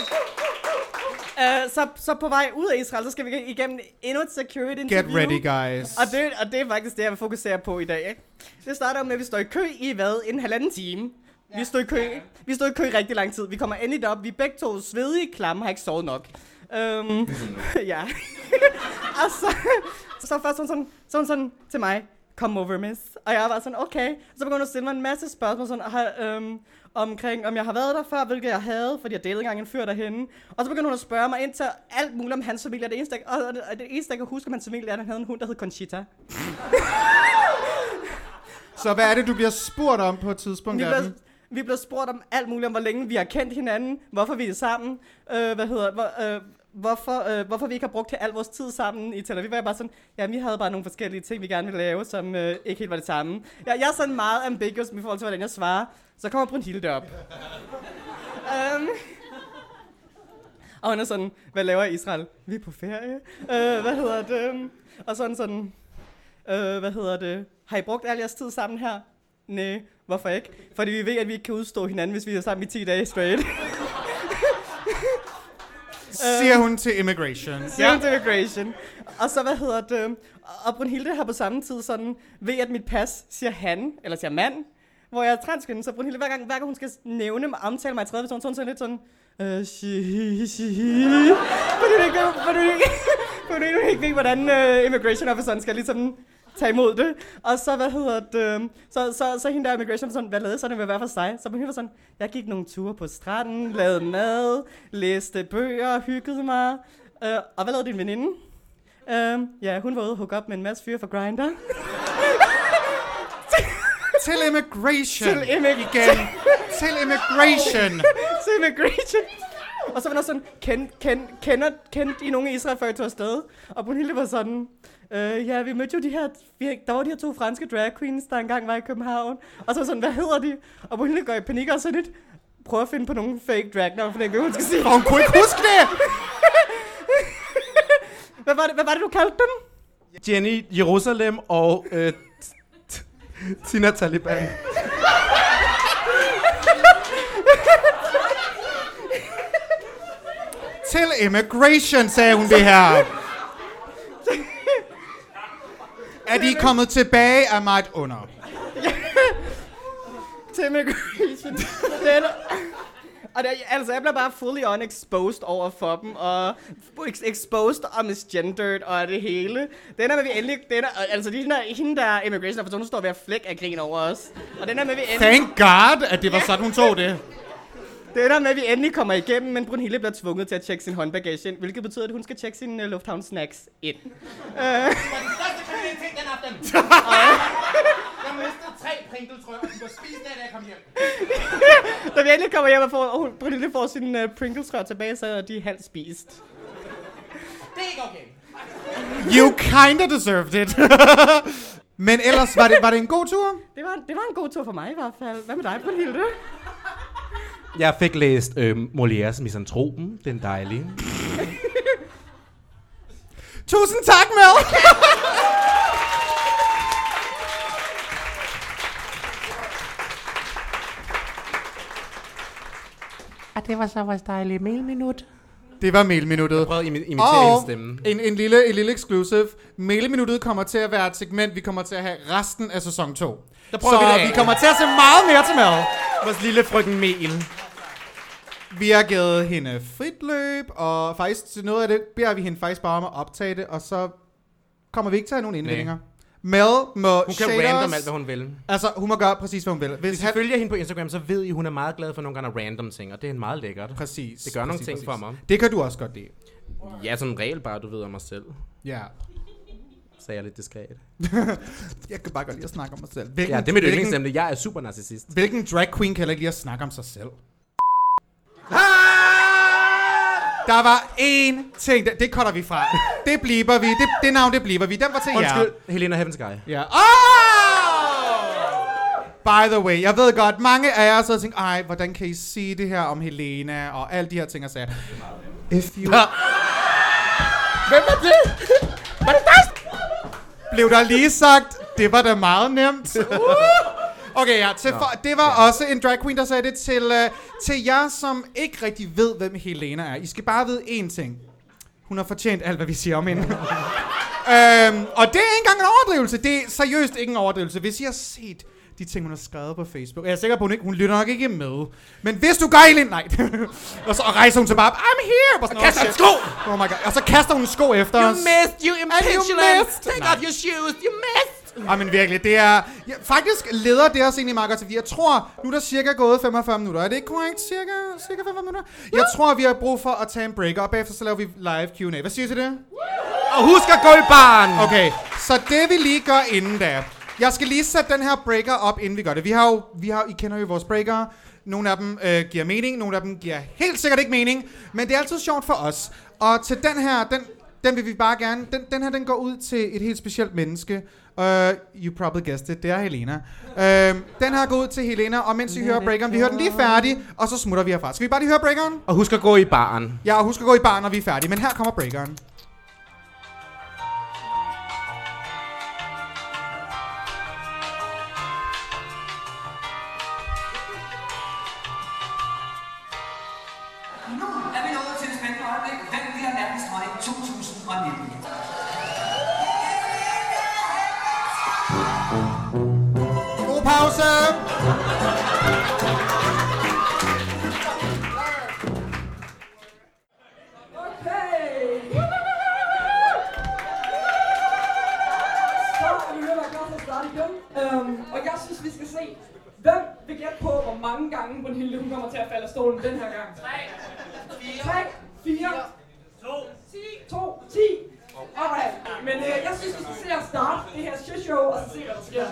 S4: Så på vej ud af Israel, så skal vi igennem endnu et security interview.
S2: Get ready, guys.
S4: Og det er faktisk det, jeg vil fokusere på i dag. Ikke? Det starter med, at vi står i kø i en halvanden time. Ja. Vi stod i kø rigtig lang tid. Vi kommer endelig op. Vi er begge to svedige, klamme, har ikke sovet nok. Ja. Og så først sådan til mig. come over, miss. Og jeg var sådan, okay. Så begyndte hun at stille mig en masse spørgsmål sådan, omkring, om jeg har været der før, hvilket jeg havde, fordi jeg datede engang en fyr derhenne. Og så begyndte hun at spørge mig ind til alt muligt om hans familie. Det eneste, jeg kan huske om hans familie, er, at han havde en hund, der hed Conchita.
S2: Så hvad er det, du bliver spurgt om på et tidspunkt?
S4: Vi blev spurgt om alt muligt, om hvor længe vi har kendt hinanden, hvorfor vi er sammen, hvorfor vi ikke har brugt al vores tid sammen i Tel Aviv. Jeg bare sådan, ja, vi havde bare nogle forskellige ting, vi gerne ville lave, som ikke helt var det samme. Jeg er sådan meget ambiguous i forhold til, hvordan jeg svarer. Så kommer Brunhilde op. Og hun er sådan, hvad laver I Israel? Vi er på ferie. Og sådan, har I brugt al jeres tid sammen her? Nej, hvorfor ikke? Fordi vi ved, at vi ikke kan udstå hinanden, hvis vi er sammen i 10 dage straight.
S2: Siger hun til Immigration.
S4: Og så, og Brunhilde har på samme tid sådan, ved at mit pas siger han, eller siger mand, hvor jeg er transkønnet, så Brunhilde, hver gang hun skal nævne mig, omtale mig i tredje person, så hun sådan lidt sådan, fordi du ikke ved, hvordan immigration officeren skal ligesom tage imod det. Og så, så hende der immigration sådan, hvad lavede sådan, det vil være for sig? Så Brunhilde var sådan, jeg gik nogle ture på stranden, lavede mad, læste bøger, hyggede mig. Og hvad lavede din veninde? Ja, hun var ude og hooke op med en masse fyre for Grindr.
S2: Til Immigration. Til Immigration.
S4: Og så var der sådan, kendte I nogen i Israel, før I tog afsted? Og Brunhilde var sådan, ja, vi mødte jo der var de her 2 franske drag queens, der engang var i København. Og så var sådan, hvad hedder de? Og Brunhilde går i panik og sådan lidt, prøver at finde på nogle fake drag navn, for det ikke, hun skal sige.
S2: Og hun kunne ikke huske det!
S4: Hvad var det, du kaldte dem?
S3: Jenny Jerusalem og Tina Taliban.
S2: Til Immigration, sagde hun det her. Er de kommet tilbage af mig et under?
S4: Til Immigration. Og jeg bliver bare fully unexposed over for dem, og exposed og misgendered og det hele. Den er med vi endelig, hende der immigration officer, hun står ved at flække af grin over os. Og den er med vi endelig...
S2: Thank God, at det var sådan, hun tog det.
S4: Det der med, at vi endelig kommer igennem, men Brunhilde bliver tvunget til at tjekke sin håndbagage ind, hvilket betyder, at hun skal tjekke sin lufthavn snacks ind.
S5: Jeg mistede 3 Pringles, tror jeg, og de var spist da jeg kom hjem.
S4: Da vi endelig kommer hjem, og Brunhilde får sin Pringles-rør tilbage, så er de halvt spist.
S5: Det er ikke okay.
S2: You kinda deserved it. Men ellers, var det en god tur?
S4: Det var en god tur for mig i hvert fald. Hvad med dig, Brunhilde?
S3: Jeg fik læst Molières Misanthropen, den dejlige.
S2: Tusind tak, Mel!
S3: Og det var så vores dejlige mailminut.
S2: Det var mailminuttet.
S3: Jeg prøvede at imitere hendes stemme.
S2: En lille exclusive. Mailminuttet kommer til at være et segment, vi kommer til at have resten af sæson 2. Så vi kommer til at se meget mere til Mel.
S3: Vores lille frøken Mel.
S2: Vi har givet hende frit løb, og faktisk til noget af det beder vi hende faktisk bare om at optage det, og så kommer vi ikke til at have nogen indvendinger. Mel må
S3: hun kan random alt, hvad hun vil.
S2: Altså, hun må gøre præcis, hvad hun vil.
S3: Hvis I følger hende på Instagram, så ved I, hun er meget glad for nogle gange random ting, og det er meget lækkert.
S2: Præcis.
S3: Det gør nogle ting for mig.
S2: Det kan du også godt lide.
S3: Ja, som regel bare, du ved om mig selv.
S2: Ja.
S3: Så er jeg lidt diskret.
S2: Jeg kan bare godt lide at snakke om mig selv.
S3: Ja, det er mit yndlingsstemme. Jeg er super narcissist.
S2: Hvilken drag queen kan ikke lide at snakke om sig selv? Der var én ting, det cutter vi fra. Det bliver vi. Det navn, det bliver vi. Den var til jer.
S3: Undskyld, Helena Heaven Sky.
S2: Ja. By the way, jeg ved godt, mange af jer så har tænkt, ej, hvordan kan I sige det her om Helena og alle de her ting og sager. If you... Hvem var det? Hvad blev der lige sagt? Det var da meget nemt. Okay, ja, det var også en drag queen, der sagde det til jer, som ikke rigtig ved, hvem Helena er. I skal bare vide én ting. Hun har fortjent alt, hvad vi siger om hende. Og det er ikke engang en overdrivelse. Det er seriøst ikke en overdrivelse. Hvis I har set de ting, hun har skrevet på Facebook, jeg er sikker på, hun lytter nok ikke med. Men hvis du gør Helena, nej. og rejser hun til bare, I'm here. Og kaster en sko. Oh my god. Og så kaster hun en sko efter os.
S3: You missed, you impetuous. Take off your shoes, you missed.
S2: Men virkelig, det er... Ja, faktisk leder det os egentlig meget godt til, jeg tror, nu er der cirka gået 45 minutter. Er det ikke korrekt? Cirka 45 minutter? Jeg tror, vi har brug for at tage en break, og bagefter så laver vi live Q&A. Hvad siger du til det?
S3: Og husk at gå i baren!
S2: Okay, så det vi lige gør inden da. Jeg skal lige sætte den her breaker op, inden vi gør det. Vi har, I kender jo vores breakere. Nogle af dem giver mening, nogle af dem giver helt sikkert ikke mening. Men det er altid sjovt for os. Og til den her, den vil vi bare gerne... Den her, den går ud til et helt specielt menneske. You probably guessed it, det er Helena. Den her går ud til Helena, og mens I hører breakeren, vi hører den lige færdig, og så smutter vi herfra. Skal vi bare lige høre breakeren?
S3: Og husk at gå i baren.
S2: Ja, og husk at gå i baren, når vi er færdige. Men her kommer breakeren.
S6: Nu er vi nået til det spændende øjeblik. Hvem bliver verdens dronning 2019?
S2: God pause!
S1: Okay. Så er vi ved at være klar til at starte igen. Og jeg synes, vi skal se, hvem vil gætte på, hvor mange gange Brunhilde hun kommer til at falde af stolen den her gang. 3, 4, 2, 10. Alright, men jeg synes, vi skal se at starte det her shitshow, og så se, hvad der sker.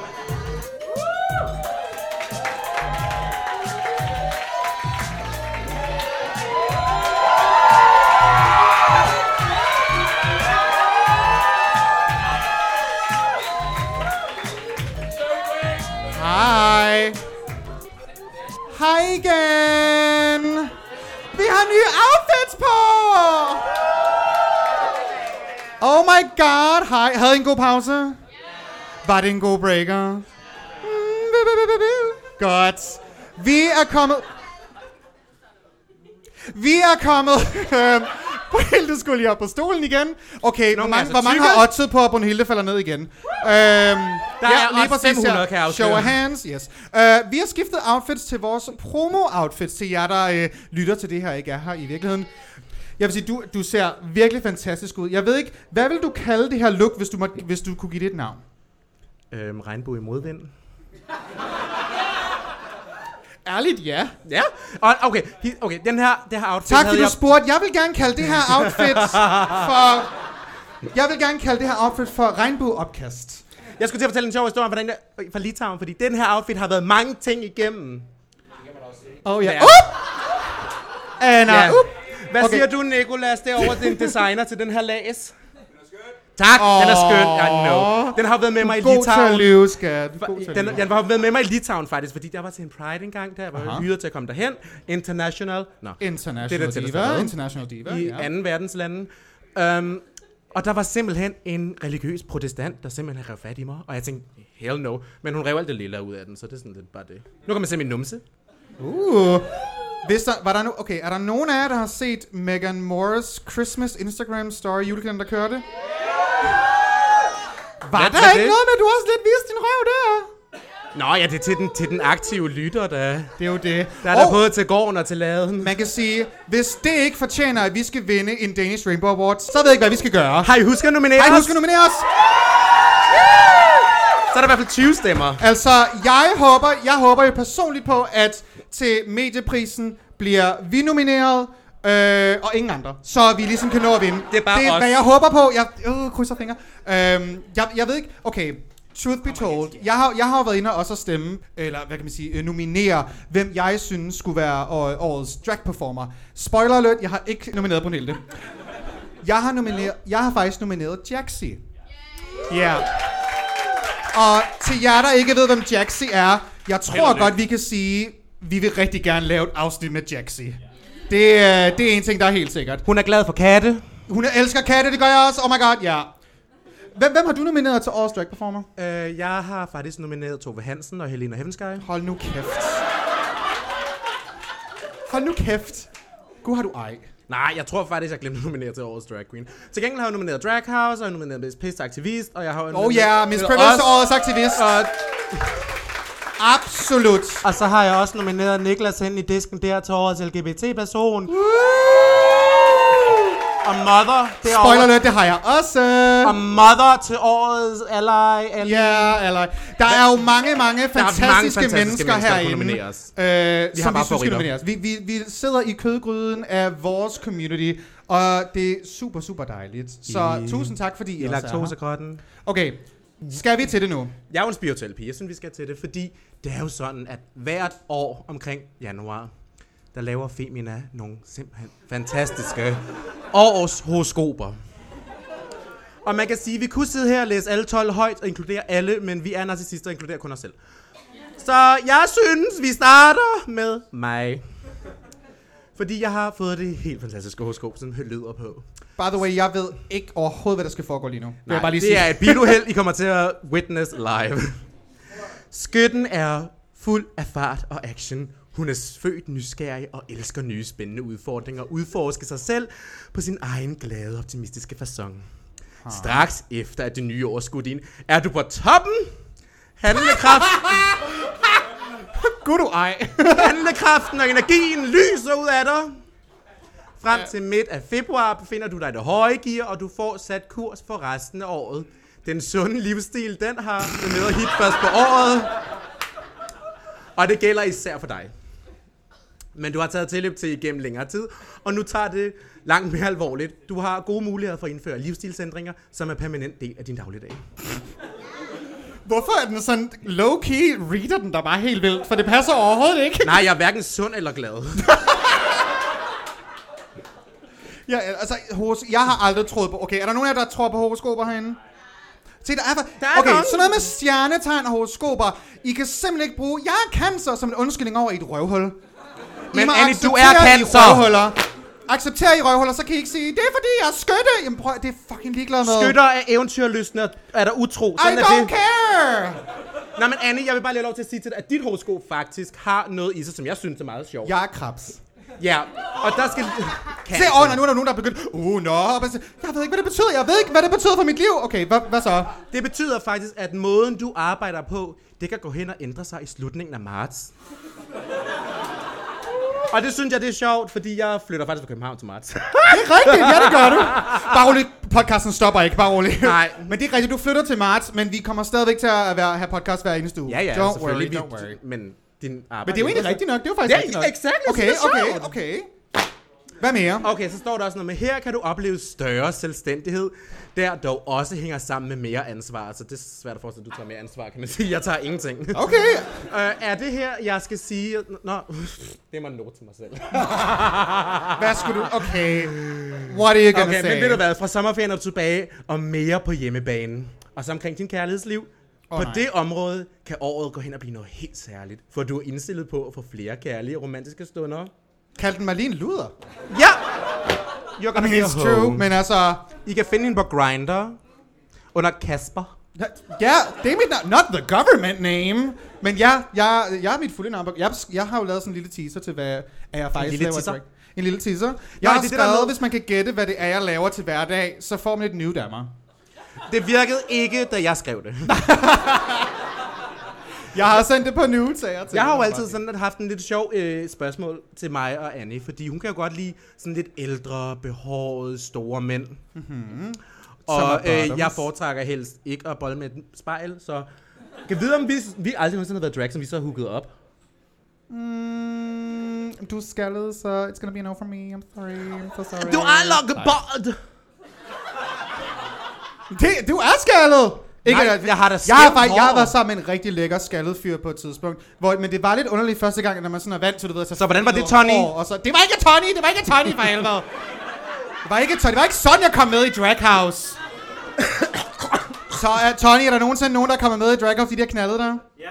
S2: Hej. Hej igen. Vi har nye outfits på. Oh my god. Hej. Havde I en god pause? Var det en god breaker? Godt. Vi er kommet. Brunhilde skulle lige op på stolen igen. Okay, hvor mange har oddset på, at Brunhilde falder ned igen?
S3: Der er også 500, kan jeg afsløre.
S2: Show of hands, yes. Vi har skiftet outfits til vores promo-outfits til jer, der lytter til det her, ikke er her i virkeligheden. Jeg vil sige, du ser virkelig fantastisk ud. Jeg ved ikke, hvad vil du kalde det her look, hvis du kunne give det et navn?
S3: Regnbue i modvind.
S2: Ærligt, ja.
S3: Ja, og okay, det her outfit
S2: tak fordi du spurgte. Jeg vil gerne kalde det her outfit for regnbueopkast.
S3: Jeg skulle til at fortælle en sjov historie fra Litauen, fordi den her outfit har været mange ting igennem.
S2: Oh ja.
S3: Ja.
S2: Anna,
S3: Ja. Hvad siger du, Nicolas, derovre til en designer til den her lace? Tak, den er skøn. I know. Den har været med mig i Litauen.
S2: God til at lyve, skat.
S3: Den har været med mig i Litauen faktisk, fordi der var til en Pride engang, der var hyret til at komme derhen. International Diva. I 2. verdenslande. Og der var simpelthen en religiøs protestant, der simpelthen rev fat i mig. Og jeg tænkte, hell no. Men hun rev alt det lille ud af den, så det er sådan lidt bare det. Nu kan man se min numse.
S2: Er der nogen af jer, der har set Megan Moore's Christmas Instagram story julekalender, der kørte? Var der ikke noget med, at du også lidt viste din røv der?
S3: Nå ja, det er til den aktive lytter, der.
S2: Det er jo det.
S3: Der er der både til gården og til laden.
S2: Man kan sige, hvis det ikke fortjener, at vi skal vinde en Danish Rainbow Award, så ved jeg ikke, hvad vi skal gøre.
S3: Har I husket at nominere os? Så er der i hvert fald 20 stemmer.
S2: Altså, jeg håber jo personligt på, at til medieprisen bliver vi nomineret, og ingen andre. Så vi ligesom kan nå at vinde.
S3: Det er bare os.
S2: Men jeg håber på, jeg krydser fingre. Jeg ved ikke, okay, truth be told, jeg har været inde og også at stemme, eller hvad kan man sige, nominere, hvem jeg synes skulle være årets drag performer. Spoiler alert, jeg har ikke nomineret Brunhilde. Jeg har faktisk nomineret Jaxi. Ja. Yeah. Og til jer, der ikke ved, hvem Jaxi er, jeg tror godt, vi kan sige, vi vil rigtig gerne lave et afsnit med Jaxi. Det er en ting, der er helt sikkert.
S3: Hun er glad for katte.
S2: Hun elsker katte, det gør jeg også. Oh my god, ja. Hvem har du nomineret til årets drag performer?
S3: Jeg har faktisk nomineret Tove Hansen og Helena Heavenskaj.
S2: Hold nu kæft. Gud, har du ej.
S3: Nej, jeg tror faktisk, jeg glemte at nominere til årets drag queen. Til gengæld har jeg nomineret Drag House, og jeg har nomineret Miss Pissed Aktivist, og jeg har
S2: Miss Privilege til årets aktivist. Absolut.
S3: Og så har jeg også nomineret Niklas hen i disken der til årets LGBT-person. Og Mother, det er
S2: Spoiler alert, det har jeg også.
S3: Og Mother til årets ally.
S2: Ja, ally. Der er jo mange fantastiske mennesker herinde, som vi synes skal nomineres. Vi sidder i kødgryden af vores community, og det er super dejligt. Så tusind tak, fordi I også er her.
S3: laktosegrotten.
S2: Okay, skal vi til det nu?
S3: Jeg er jo en spirituel pige, jeg synes, vi skal til det, fordi det er jo sådan, at hvert år omkring januar, der laver Femina nogle simpelthen fantastiske årshoroskoper. Og man kan sige, at vi kunne sidde her og læse alle 12 højt og inkludere alle, men vi er narcissister og inkluderer kun os selv. Så jeg synes, vi starter med mig. Fordi jeg har fået det helt fantastiske horoskop, som lyder på.
S2: By the way, jeg ved ikke overhovedet, hvad der skal foregå lige nu.
S3: Nej, bare lige det er et biluheld, I kommer til at witness live. Skytten er fuld af fart og action. Hun er født nysgerrig og elsker nye spændende udfordringer og udforske sig selv på sin egen glade, optimistiske facon. Straks efter at det nye år skudt ind, er du på toppen. Handlekraften og energien lyser ud af dig. Frem til midt af februar befinder du dig i det høje gear, og du får sat kurs for resten af året. Den sunde livsstil, den har med at hit først på året. Og det gælder især for dig. Men du har taget tilløb til igennem længere tid, og nu tager det langt mere alvorligt. Du har gode muligheder for at indføre livsstilsændringer, som er permanent del af din dagligdag.
S2: Hvorfor er den sådan low-key reader den der bare helt vildt? For det passer overhovedet ikke.
S3: Nej, jeg er hverken sund eller glad.
S2: Ja, altså, jeg har aldrig troet på... Okay, er der nogen af jer, der tror på horoskoper herinde? Se, der er okay, sådan noget med stjernetegn og horoskoper. I kan simpelthen ikke bruge... Jeg er cancer som en undskyldning over i et røvhul.
S3: Men Annie, du er cancer!
S2: Accepter i røvhuller, så kan I ikke sige, det er fordi jeg er skytte. Jamen prøv, det er fucking ligeglad med.
S3: Skytter er eventyrlystne, er der utro. Sådan
S2: I don't care!
S3: Nej, men Annie, jeg vil bare lige have lov til at sige til dig, at dit horoskop faktisk har noget i sig, som jeg synes er meget sjovt.
S2: Jeg er krebs.
S3: Ja, og der skal...
S2: Se, nu er der nogen, der er begyndt... Jeg ved ikke, hvad det betyder. Jeg ved ikke, hvad det betyder for mit liv. Okay, hvad så?
S3: Det betyder faktisk, at måden, du arbejder på, det kan gå hen og ændre sig i slutningen af marts. Og det synes jeg, det er sjovt, fordi jeg flytter faktisk fra København til marts.
S2: Det er rigtigt, ja, det gør du. Bare rolig, podcasten stopper ikke, bare rolig.
S3: Nej.
S2: Men det er rigtigt, du flytter til marts, men vi kommer stadigvæk til at have podcast hver eneste uge.
S3: Ja,
S2: don't
S3: selvfølgelig.
S2: worry.
S3: Men din arbejde...
S2: Men det er jo egentlig rigtigt nok, det er jo faktisk rigtigt nok.
S3: Exakt,
S2: Okay. Hvad mere?
S3: Okay, så står der også noget med, her kan du opleve større selvstændighed, der dog også hænger sammen med mere ansvar. Så det er svært at forestille, at du tager mere ansvar, kan man sige. Jeg tager ingenting.
S2: Okay.
S3: Er det her, jeg skal sige... Nå, det må note til mig selv.
S2: Hvad skulle du... Okay. What are you gonna say?
S3: Men ved du hvad, fra sommerferien er du tilbage og mere på hjemmebanen. Og så omkring din kærlighedsliv. Det område kan året gå hen og blive noget helt særligt. For du er indstillet på at få flere kærlige og romantiske stunder.
S2: Kald den mig lige en luder.
S3: Ja! You're gonna be
S2: it's true, men altså...
S3: I kan finde hende på Grindr under Kasper.
S2: Ja, det er mit navn. Not the government name. Men jeg er mit fulde navn. Jeg har jo lavet sådan en lille teaser til, hvad jeg faktisk laver. En lille teaser. Jeg har skrevet, hvis man kan gætte, hvad det er, jeg laver til hverdag, så får man et nude af mig.
S3: Det virkede ikke, da jeg skrev det.
S2: Jeg har sendt det på nude, sagde jeg til.
S3: Jeg har jo altid sådan haft en lidt sjov spørgsmål til mig og Annie, fordi hun kan jo godt lide sådan lidt ældre, behårede, store mænd. Mm-hmm. Og jeg foretrækker helst ikke at bolle med et spejl, så kan vide, om vi aldrig nogensinde har været drag, som vi så har hooket op.
S2: Du er skaldet, så it's gonna be a no for me. I'm so sorry.
S3: Du er lokkebord!
S2: Du er skaldet! Ikke,
S3: nej, jeg har da
S2: jeg har været sammen med en rigtig lækker skaldet fyr på et tidspunkt, men det var lidt underligt første gang, når man sådan er vant til, du ved,
S3: så hvordan var det, Tony?
S2: Det var ikke Tony for helvede. Det var ikke sådan, jeg kom med i Drag House. Så Tony, er der nogensinde nogen, der er kommet med i Drag House, de der knaldede der?
S3: Ja.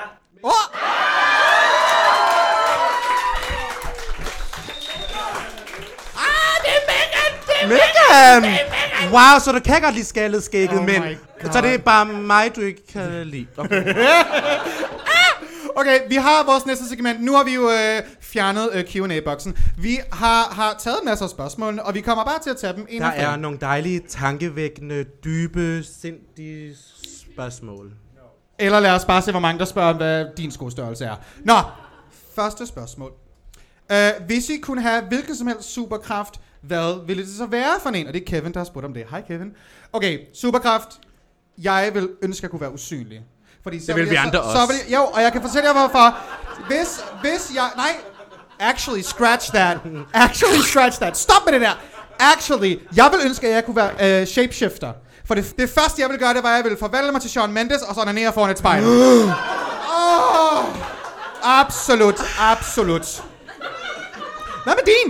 S2: Det er
S3: Megan! Wow, så du kan godt lide skaldet skægget mænd. Så det er bare mig, du ikke kan lide. Okay.
S2: Okay, vi har vores næste segment. Nu har vi jo fjernet Q&A-boksen. Vi har taget en masse af spørgsmålene, og vi kommer bare til at tage dem en
S3: Der er nogle dejlige, tankevækkende, dybe, sindige spørgsmål.
S2: Eller lad os bare se, hvor mange der spørger, hvad din skostørrelse er. Nå, første spørgsmål. Hvis I kunne have hvilken som helst superkraft, hvad ville det så være for en? Og det er Kevin, der har spurgt om det. Hej Kevin. Okay, superkraft. Jeg vil ønske, at jeg kunne være usynlig. Fordi så
S3: det vil vi andre også.
S2: Jo, og jeg kan fortælle jer hvorfor. Hvis jeg... Nej. Actually, scratch that. Stop med det der. Actually, jeg vil ønske, at jeg kunne være shapeshifter. For det første, jeg ville gøre, det var, at jeg ville forvandle mig til Shawn Mendes, og så onanere foran et spejl. Absolut. Hvad med din?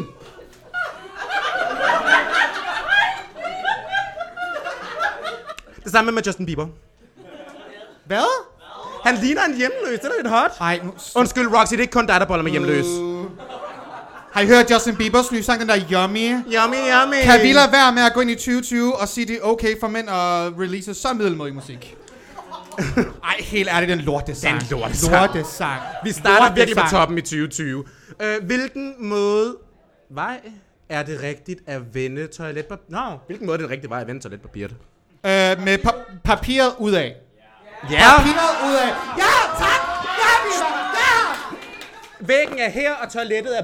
S3: Det samme med Justin Bieber.
S2: Hvad?
S3: Han ligner en hjemløs, det er lidt hot.
S2: Ej,
S3: Undskyld, Roxy, det er ikke kun dig, der boller med hjemløs.
S2: Har I hørt Justin Biebers nye sang, den der Yummy?
S3: Yummy.
S2: Kan vi lade være med at gå ind i 2020 og sige, det er okay for mænd at release så middelmådig musik? Ej, helt ærligt, den lortesang. Lortesang.
S3: Vi starter virkelig på toppen i 2020. Hvilken vej er det rigtigt at vende toiletpapir? Hvilken måde er det rigtigt vej at vende toiletpapiret?
S2: Med papiret udad.
S3: Ja.
S2: Papiret udad. Ja, tak! Ja,
S3: Væggen er her, og toilettet er...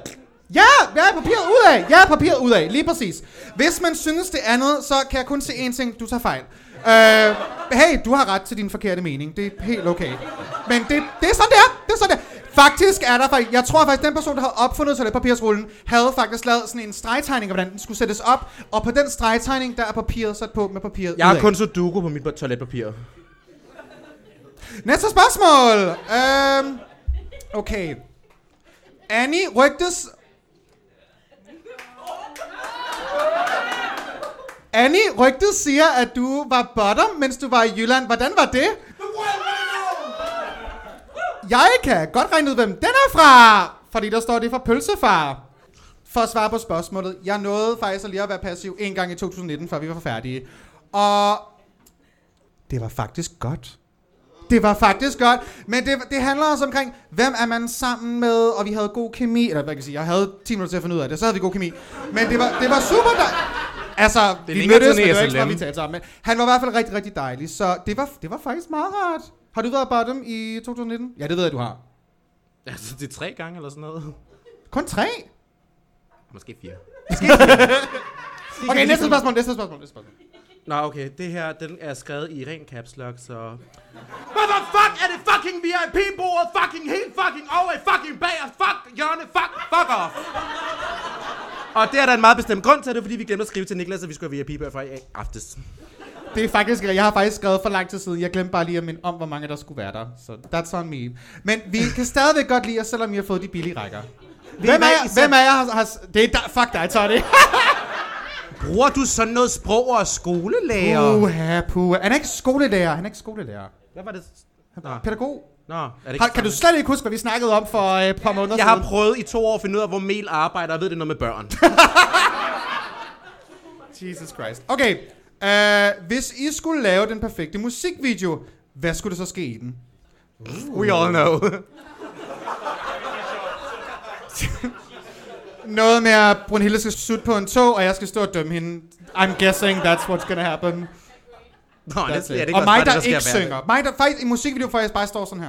S2: papiret udad. Lige præcis. Hvis man synes det andet, så kan jeg kun se én ting. Du tager fejl. Hey, du har ret til din forkerte mening. Det er helt okay. Men det er sådan der. Faktisk er der faktisk... Jeg tror faktisk, den person, der havde opfundet toiletpapirsrullen, havde faktisk lavet sådan en stregtegning af, hvordan den skulle sættes op. Og på den stregtegning, der er papiret sat på med papiret
S3: Jeg har kun Sudoku på mit toiletpapir.
S2: Næste spørgsmål. Okay. Annie rygtes siger, at du var bottom, mens du var i Jylland. Hvordan var det? Jeg kan godt regne ud, hvem den er fra. Fordi der står det fra pølsefar. For at svare på spørgsmålet. Jeg nåede faktisk lige at være passiv en gang i 2019, før vi var færdige. Og det var faktisk godt. Men det handler også omkring, hvem er man sammen med, og vi havde god kemi. Eller hvad kan jeg sige, jeg havde 10 minutter til at finde ud af det, så havde vi god kemi. Men det var super dejligt. Altså, vi mødtes, men det var ikke sådan, vi talte sammen. Men han var i hvert fald rigtig, rigtig dejlig, så det var faktisk meget rart. Har du været bottom i 2019? Ja, det ved jeg, du har.
S3: Altså, det er 3 gange eller sådan noget.
S2: Kun 3?
S3: Måske 4.
S2: Okay, næste spørgsmål.
S3: Nå, okay. Det her, den er skrevet i ren caps lock, så... Hvorfor fuck er det fucking VIP-bordet? Fucking helt fucking over i fucking bag og fuck hjørne, fuck off! Og det er der en meget bestemt grund til det, fordi vi glemte at skrive til Niklas, at vi skulle have VIP-bord fra i aftes.
S2: Det er faktisk, jeg har faktisk skrevet for lang tid siden. Jeg glemte bare lige at minde om, hvor mange der skulle være der. Så that's on me. Men vi kan stadigvæk godt lide os, selvom vi har fået de billige rækker. Hvem af jer har... Det er fuck dig, Tony.
S3: Bruger du sådan noget sprog og skolelærer?
S2: Puha. Han er ikke skolelærer.
S3: Hvad var det?
S2: Pædagog.
S3: Nå, er det ikke
S2: kan du slet ikke huske, hvad vi snakkede om for et par måneder
S3: siden?
S2: Jeg
S3: har prøvet i 2 år at finde ud af, hvor mel arbejder, og ved det noget med børn.
S2: Jesus Christ. Okay. Hvis I skulle lave den perfekte musikvideo, hvad skulle der så ske i den?
S3: We all know.
S2: Noget med at Brunhilde skal sutte på en tog, og jeg skal stå og dømme hende. I'm guessing that's what's gonna happen.
S3: Nå, det
S2: og mig, der ikke synger. Mig, der faktisk i musikvideo, for jeg bare står sådan her.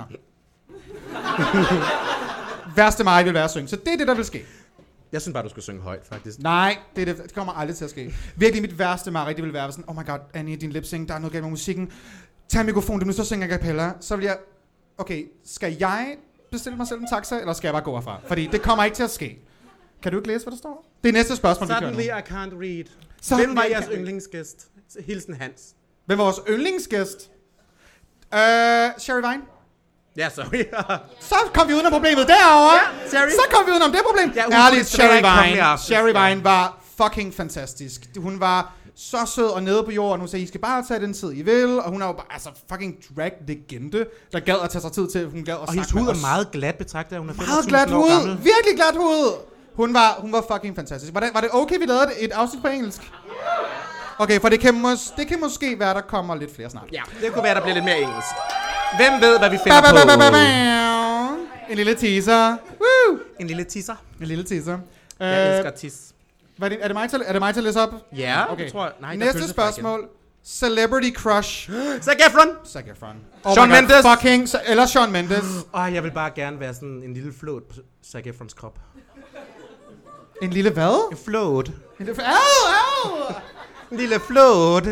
S2: Værste mig vil være at synge. Så det er det, der vil ske.
S3: Jeg synes bare, du skulle synge højt, faktisk.
S2: Nej, det kommer aldrig til at ske. Virkelig, mit værste mareridt, det vil være sådan, oh my god, Annie, din lip-sync, der er noget galt med musikken. Tag mikrofonen, du nu så synger a cappella. Så vil jeg, okay, skal jeg bestille mig selv en taxa, eller skal jeg bare gå herfra? Fordi det kommer ikke til at ske. Kan du ikke læse, hvad der står? Det er næste spørgsmål, vi kører nu.
S3: Suddenly I can't read. Hvem var jeres yndlingsgæst? Hilsen Hans.
S2: Hvem var vores yndlingsgæst? Sherry Vine.
S3: Ja, sorry.
S2: Så kom vi udenom problemet derovre.
S3: Ja, Sherry.
S2: Så kom vi udenom det problem.
S3: Ja,
S2: ærligt, Sherry Vine var fucking fantastisk. Hun var så sød og nede på jorden. Hun sagde, I skal bare tage den tid, I vil. Og hun er jo bare altså fucking drag-legende, der gad at tage sig tid til. Hun gad at
S3: og hendes hud er meget glat, betragter hun er 25
S2: meget glat hud. Virkelig glat hud. Hun var fucking fantastisk. Var det okay, vi lavede et afsnit på engelsk? Okay, for det kan måske være, der kommer lidt flere snart.
S3: Ja, det kunne være, der bliver lidt mere engelsk. Hvem ved, hvad vi finder på?
S2: En lille teaser. Woo!
S3: En lille teaser.
S2: Jeg
S3: elsker tis.
S2: Er det mig til at læse op?
S3: Ja,
S2: okay.
S3: Tror jeg. Nej,
S2: næste spørgsmål. Celebrity crush.
S3: Zac Efron.
S2: Shawn Mendes. Eller Shawn Mendes.
S3: Jeg vil bare gerne være sådan en lille flåt på Zac Efrons krop.
S2: En lille hvad?
S3: En float.
S2: En lille... Au!
S3: En lille float.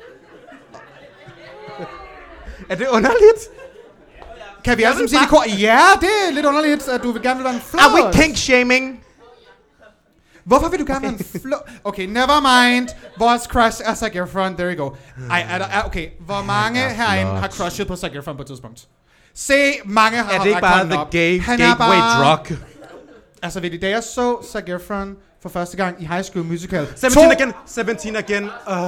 S3: Er det underligt?
S2: Kan vi alle sammen sige det i kor? Ja, det er lidt underligt, at du vil gerne vil være en float.
S3: Are we kink-shaming?
S2: Hvorfor vil du gerne være en float? Okay, never mind. Vores crush er Zac Efron. There you go. Okay, hvor mange herinde har crushet på Zac Efron på et tidspunkt? Se, mange har
S3: Er det ikke bare the gateway drug?
S2: Altså, ved I, da jeg så Zac Efron for første gang i High School Musical...
S3: 17 igen.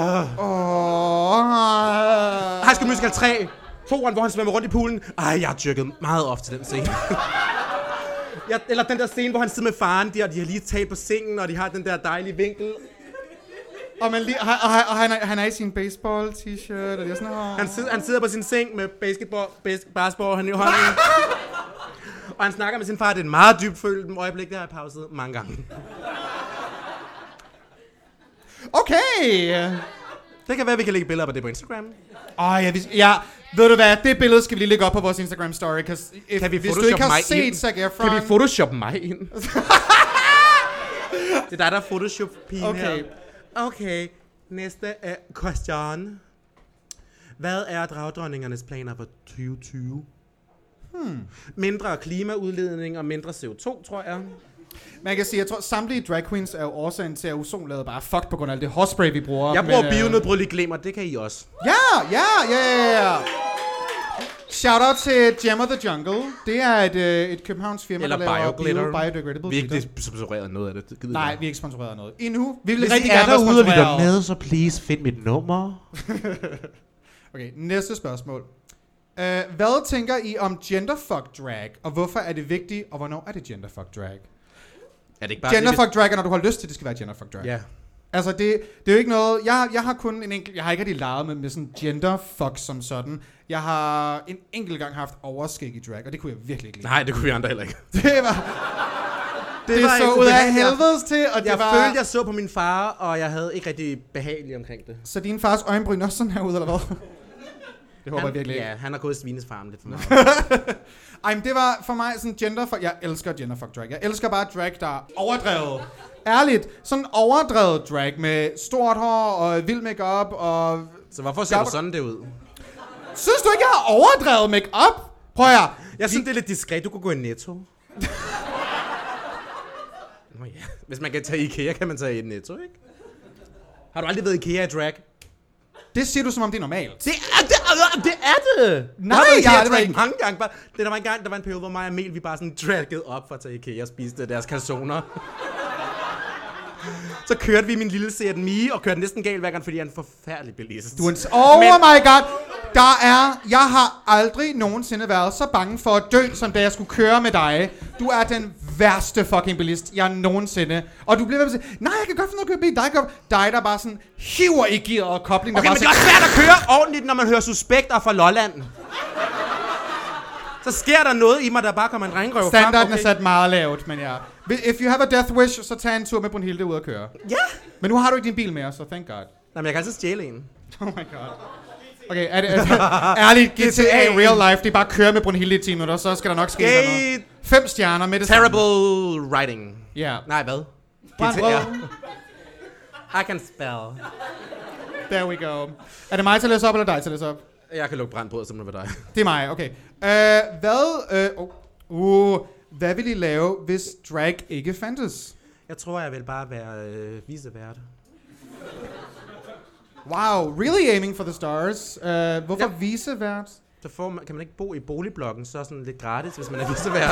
S2: High
S3: High School Musical 3. 2'eren, hvor han svømmer rundt i poolen. Jeg har tyrket meget ofte til den scene. Eller den der scene, hvor han sidder med faren, de har lige taget på sengen, og de har den der dejlige vinkel.
S2: Og han er i sin baseball t-shirt, og det er sådan...
S3: Han sidder på sin seng med basketball han i hånden. Og han snakker med sin far. Det er en meget dybt følt øjeblik, der har jeg pauset mange gange.
S2: Okay!
S3: Det kan være, vi kan lægge billeder på det på Instagram.
S2: Ja, ved du hvad? Det billede skal vi lige lægge op på vores Instagram story. Hvis du ikke har set Zac Efron...
S3: Kan vi photoshoppe mig ind? Det er dig, der er photoshop-pigen her. Okay, næste question. Hvad er dragdronningernes planer for 2020? Mindre klimaudledning og mindre CO2, tror jeg.
S2: Man kan sige, jeg tror, samtlige drag queens er jo årsagen til, at ozonlaget bare er fucked på grund af alt det hårspray, vi bruger.
S3: Jeg bruger bionedbrød lige glemmer, det kan I også.
S2: Ja. Shout out til Gem of the Jungle. Det er et Københavns firma,
S3: eller
S2: der laver
S3: biodegradable. Vi er ikke sponsoreret noget af det.
S2: Nej, vi er ikke sponsoreret noget. Endnu. Vi vil
S3: hvis
S2: rigtig
S3: I er
S2: gerne være
S3: derude og lytter
S2: sponsoreret.
S3: med, så please find mit nummer.
S2: Okay, næste spørgsmål. Hvad tænker I om genderfuck drag, og hvorfor er det vigtigt, og hvornår er det genderfuck drag?
S3: Er det ikke bare
S2: genderfuck drag er, når du har lyst til, det skal være genderfuck drag.
S3: Ja.
S2: Altså, det er jo ikke noget... Jeg har kun en enkelt... Jeg har ikke rigtig leget med sådan genderfuck som sådan. Jeg har en enkelt gang haft overskæg i drag, og det kunne jeg virkelig ikke lide.
S3: Nej, det kunne vi andre heller ikke.
S2: Det så ud af helvedes til, og
S3: jeg følte, jeg så på min far, og jeg havde ikke rigtig behageligt omkring det.
S2: Så din fars øjenbryn også sådan her ud, eller hvad? Det håber jeg virkelig ikke.
S3: Ja, han har gået i svinesfarmen lidt for meget.
S2: Ej, men det var for mig sådan genderfuck... Jeg elsker genderfuck drag. Jeg elsker bare drag, der er overdrevet. Ærligt. Sådan overdrevet drag med stort hår og vild makeup og...
S3: Så hvorfor ser du sådan det ud?
S2: Synes du ikke, jeg har overdrevet makeup? Prøv at høre.
S3: Jeg synes, det er lidt diskret. Du kunne gå i Netto. Nå ja. Hvis man kan tage i IKEA, kan man tage i Netto, ikke? Har du aldrig været i IKEA i drag?
S2: Det siger du, som om det er normalt.
S3: Det er det!
S2: Nej, jeg har aldrig
S3: mange gange. Der var en periode, hvor mig og Emil, vi bare sådan draggede op for at tage IKEA og spiste deres calzoner. Så kørte vi min lille Seat Mii og kørte næsten galt hver gang, fordi jeg er en forfærdelig bilist.
S2: My god! Jeg har aldrig nogensinde været så bange for at dø, som da jeg skulle køre med dig. Du er den værste fucking bilist, jeg nogensinde. Og du bliver ved med at sige, nej, jeg kan godt finde noget at køre bil. Dig, der bare sådan hiver i gear og kobling.
S3: Okay, men det er også svært at køre ordentligt, når man hører suspekter fra Lolland. Så sker der noget i mig, der bare kommer en rengrøv frem.
S2: Standarden er sat meget lavt, men ja. If you have a death wish, så tag en tur med Brunhilde ud og køre.
S3: Ja.
S2: Men nu har du ikke din bil mere, så thank god.
S3: Nej, men jeg kan altid stjæle en.
S2: Oh my god. Okay, ærligt, GTA real life, det er bare at køre med Brunhilde i 10 minutter, så skal der nok ske noget. 5 stjerner med det
S3: terrible samme. Writing.
S2: Ja. Yeah.
S3: Nej, hvad? GTA. I can spell.
S2: There we go. Er det mig til at læse op, eller dig til at læse op?
S3: Jeg kan lukke brandbrød simpelthen med dig.
S2: Det er mig, okay. Hvad vil I lave, hvis drag ikke fandtes?
S3: Jeg tror, jeg vil bare være vicevært.
S2: Wow, really aiming for the stars. Hvorfor vicevært?
S3: Så kan man ikke bo i boligblokken, så sådan lidt gratis, hvis man er vicevært.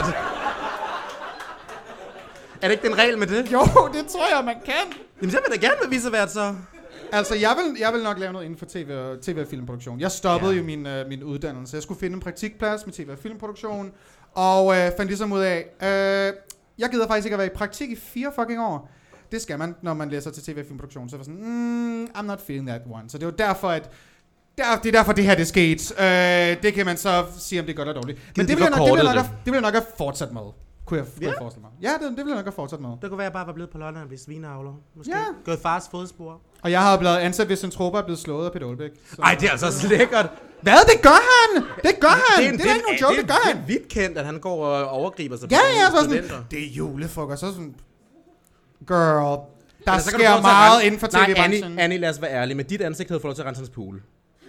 S3: Er det ikke den regel med det?
S2: Jo, det tror jeg, man kan.
S3: Jamen, så vil da gerne være vicevært, så.
S2: Altså, jeg vil nok lave noget inden for tv- og filmproduktion. Jeg stoppede jo min uddannelse. Jeg skulle finde en praktikplads med tv- og filmproduktion, og fandt ligesom ud af, jeg gider faktisk ikke at være i praktik i 4 fucking år. Det skal man, når man læser til tv- og filmproduktion. Så jeg var sådan, I'm not feeling that one. Så det var derfor, at det er derfor, det her det skete. Det kan man så sige, om det er godt eller dårligt. Men det vil jeg nok have fortsat med. Kunne jeg forestille mig. Ja, det vil jeg nok have fortsat med.
S3: Det kunne være, at jeg bare var blevet på Lolland og blive svineavler. Måske gået fars fodspor.
S2: Og jeg har blevet ansat, hvis en troper er blevet slået af Peter Olbæk.
S3: Ej, det er altså så lækkert.
S2: Hvad? Det gør han! Det gør han! Det er ikke nogen joke, det gør han!
S3: Det er vidt kendt, at han går og overgriber sig
S2: på
S3: studenter.
S2: Det er julefrokost. Så sådan, Girl, der
S3: Ellers så kan du få
S2: sker
S3: lov til at
S2: meget
S3: rense-
S2: inden for
S3: Nej,
S2: tv-branchen.
S3: Annie, lad os være ærlige. Med dit ansigt havde du fået lov til at rense hans pool.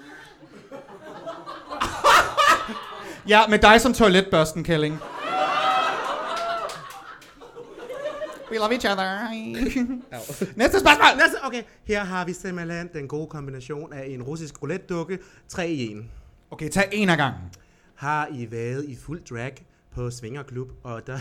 S2: Ja, med dig som toiletbørsten, Kælling. We love each other. Næste spørgsmål!
S3: Okay, her har vi simpelthen den gode kombination af en russisk roulette-dukke, 3 i 1.
S2: Okay, tag en af gangen.
S3: Har I været i fuld drag på Svingerklub, og der...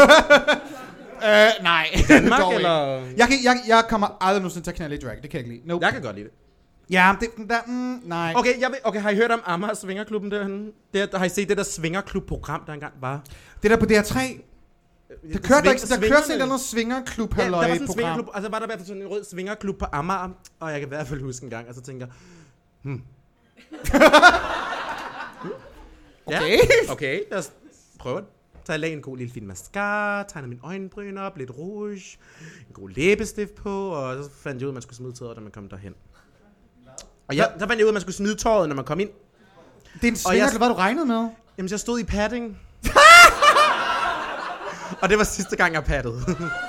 S2: Nej.
S3: Danmark,
S2: Dog ikke.
S3: eller...
S2: Jeg kommer aldrig nogensinde til at knalde i drag. Det kan jeg ikke lide. Nope.
S3: Jeg kan godt lide det.
S2: Ja, nej.
S3: Okay, har I hørt om Amager Svingerklubben derhenne? Har I set det der Svingerklub-program, der engang var?
S2: Det der på DR3. Der kørte sådan et eller andet svingerklub
S3: Ja, der var sådan en
S2: program.
S3: svingerklub, altså var der i hvert fald sådan en rød svingerklub på Amager, og jeg kan i hvert fald huske en gang, og så tænker
S2: Okay.
S3: Ja, okay, lad os prøve det. Så jeg lagde en god lille fin mascara, tegnede mine øjenbryn op, lidt rouge, en god læbestift på, og så fandt jeg ud, at man skulle smide tøjet, når man kom derhen. Og så fandt jeg ud, at man skulle smide tøjet, når man kom ind.
S2: Det er en svingerklub, hvad du regnede med?
S3: Jamen, jeg stod i padding. Og det var sidste gang, jeg paddede.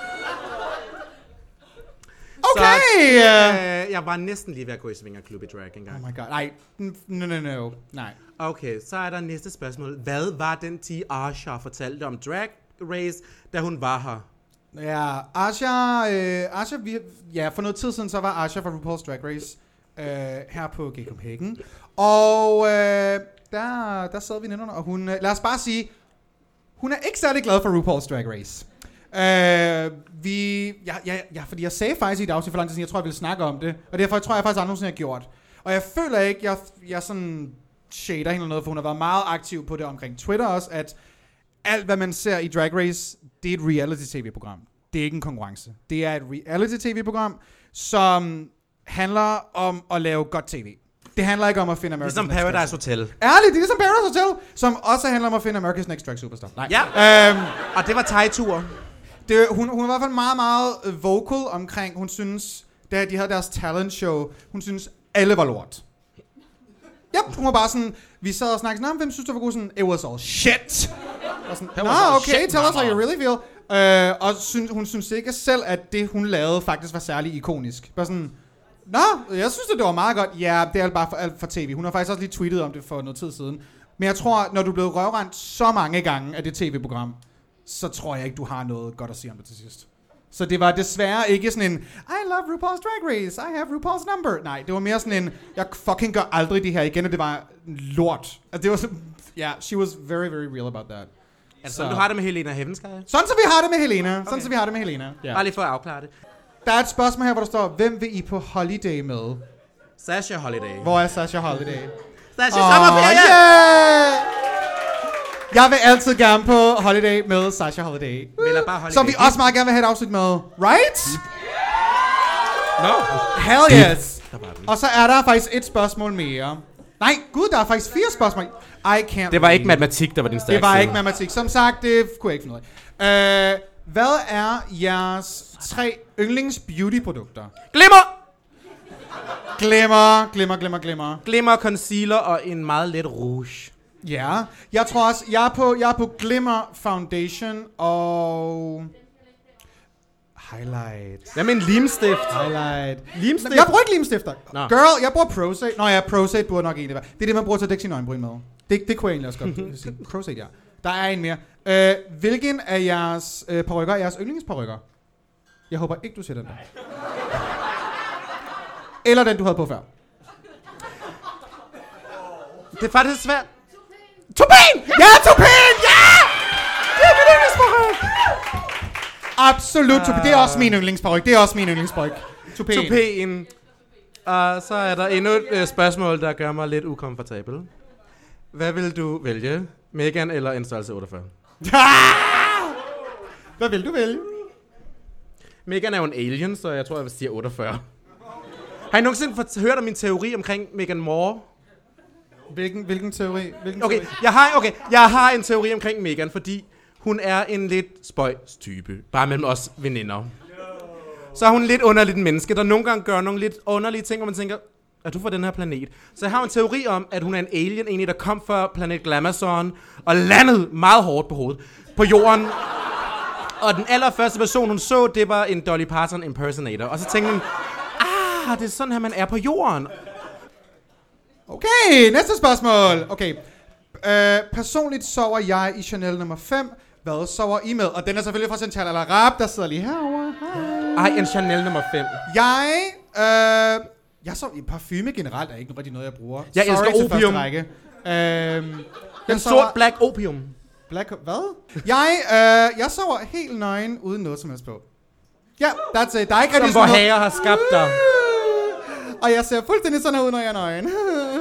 S2: Okay!
S3: Så, jeg var næsten lige ved at gå i svingerklub i drag engang.
S2: Oh my god. Nej. No. Nej.
S3: Okay, så er der næste spørgsmål. Hvad var den Asha fortalte om Drag Race, da hun var her?
S2: Ja, Asha, for noget tid siden, så var Asha fra RuPaul's Drag Race her på Gay Copenhagen. Og der sad vi nemmere, og hun, lad os bare sige, hun er ikke særlig glad for RuPaul's Drag Race. Fordi jeg sagde faktisk i et afsnit for lang tid siden, jeg tror, jeg ville snakke om det. Og derfor tror jeg faktisk aldrig nogensinde, jeg har gjort. Og jeg føler ikke, jeg sådan shader hende noget, for hun har været meget aktiv på det omkring Twitter også, at alt, hvad man ser i Drag Race, det er et reality-tv-program. Det er ikke en konkurrence. Det er et reality-tv-program, som handler om at lave godt tv. Det handler ikke om at finde America's
S3: Ligesom
S2: Next
S3: Paradise
S2: Drag
S3: Hotel.
S2: Ærligt, det er ligesom Paradise Hotel, som også handler om at finde America's Next Drag Superstar. Nej.
S3: Ja, og det var Thai-tur.
S2: Hun var i hvert fald meget, meget vocal omkring, hun synes, da de havde deres talent show, hun synes, alle var lort. Yep, hun var bare sådan, vi sad og snakkede sådan, hvem synes du var god? Sådan, it was all shit. Og sådan, okay, tell us how you really feel. Og hun synes ikke selv, at det hun lavede faktisk var særlig ikonisk. Bare sådan, jeg synes det var meget godt. Ja, det er bare alt for tv. Hun har faktisk også lige tweetet om det for noget tid siden. Men jeg tror, når du er blevet røvrendt så mange gange af det tv-program, så tror jeg ikke, du har noget godt at sige om det til sidst. Så det var desværre ikke sådan en, I love RuPaul's Drag Race, I have RuPaul's number. Nej, det var mere sådan en, jeg fucking gør aldrig det her igen, og det var lort. Altså det var sådan, she was very, very real about that.
S3: Altså, sådan, du har det med Helena Heavenskaj?
S2: Sådan, så vi har det med Helena. Sådan, så vi har det med Helena.
S3: Yeah. Bare lige for at afklare det.
S2: Der er et spørgsmål her, hvor der står, hvem vil I på holiday med?
S3: Sasha Holiday.
S2: Hvor er Sasha Holiday?
S3: Sasha sommerferie!
S2: Yeah! Jeg vil altid gerne på holiday med Sasha Holiday. Som vi også meget gerne vil have et afsnit med. Right?
S3: No.
S2: Hell yes. Og så er der faktisk et spørgsmål mere. Nej, gud, der er faktisk 4 spørgsmål.
S3: Det var ikke matematik, der var din stærkeste.
S2: Det var ikke matematik. Som sagt, det kunne jeg ikke finde ud af. Hvad er jeres 3 yndlings beauty-produkter? Glimmer.
S3: Glimmer, concealer og en meget let rouge.
S2: Ja, jeg tror også, jeg er på Glimmer Foundation og Highlight.
S3: Hvad med en limstift?
S2: Highlight.
S3: Limstift?
S2: Jeg bruger ikke limstifter.
S3: Nå.
S2: Girl, jeg bruger Prosate. Nå ja, Prosate burde nok egentlig være. Det er det, man bruger til at dække sine øjenbryn med. Det kunne jeg egentlig også godt sige. Prosate, ja. Der er en mere. Hvilken af jeres parykker er jeres yndlingsparykker? Jeg håber ikke, du siger den der. Eller den, du havde på før.
S3: Det er faktisk svært.
S2: Tupen! Ja, Tupen! Ja! Det er min yndlingsparyk! Absolut, Tupen. Det er også min yndlingsparyk.
S3: Tupen. Og så er der endnu et spørgsmål, der gør mig lidt ukomfortabel. Hvad vil du vælge? Meghan eller en størrelse 48?
S2: Hvad vil du vælge?
S3: Meghan er jo en alien, så jeg tror, jeg vil sige 48. Har I nogensinde hørt om min teori omkring Meghan Moore?
S2: Hvilken teori?
S3: Okay, jeg har en teori omkring Meghan, fordi hun er en lidt spøjs type. Bare mellem os veninder. Så er hun lidt underligt menneske, der nogle gange gør nogle lidt underlige ting, hvor man tænker, er du fra den her planet? Så jeg har en teori om, at hun er en alien, egentlig der kom fra planet Glamazon, og landede meget hårdt på hovedet på jorden. Og den allerførste person, hun så, det var en Dolly Parton impersonator. Og så tænkte hun, det er sådan her, man er på jorden.
S2: Okay, næste spørgsmål. Okay. Personligt sover jeg i Chanel nummer 5. Hvad sover I med? Og den er selvfølgelig fra Chantal Al-Arab, der sidder lige herovre.
S3: Ej, en Chanel nummer 5.
S2: Jeg sover i parfume generelt, er ikke rigtig noget, jeg bruger.
S3: Jeg elsker opium. Den sort black opium.
S2: Black, hvad? Jeg sover helt nøgen, uden noget som helst på. Ja, that's it. Der er ikke rigtig
S3: som hvor herre har skabt dig.
S2: Og jeg ser fuldstændig sådan ud, når jeg er nøgen.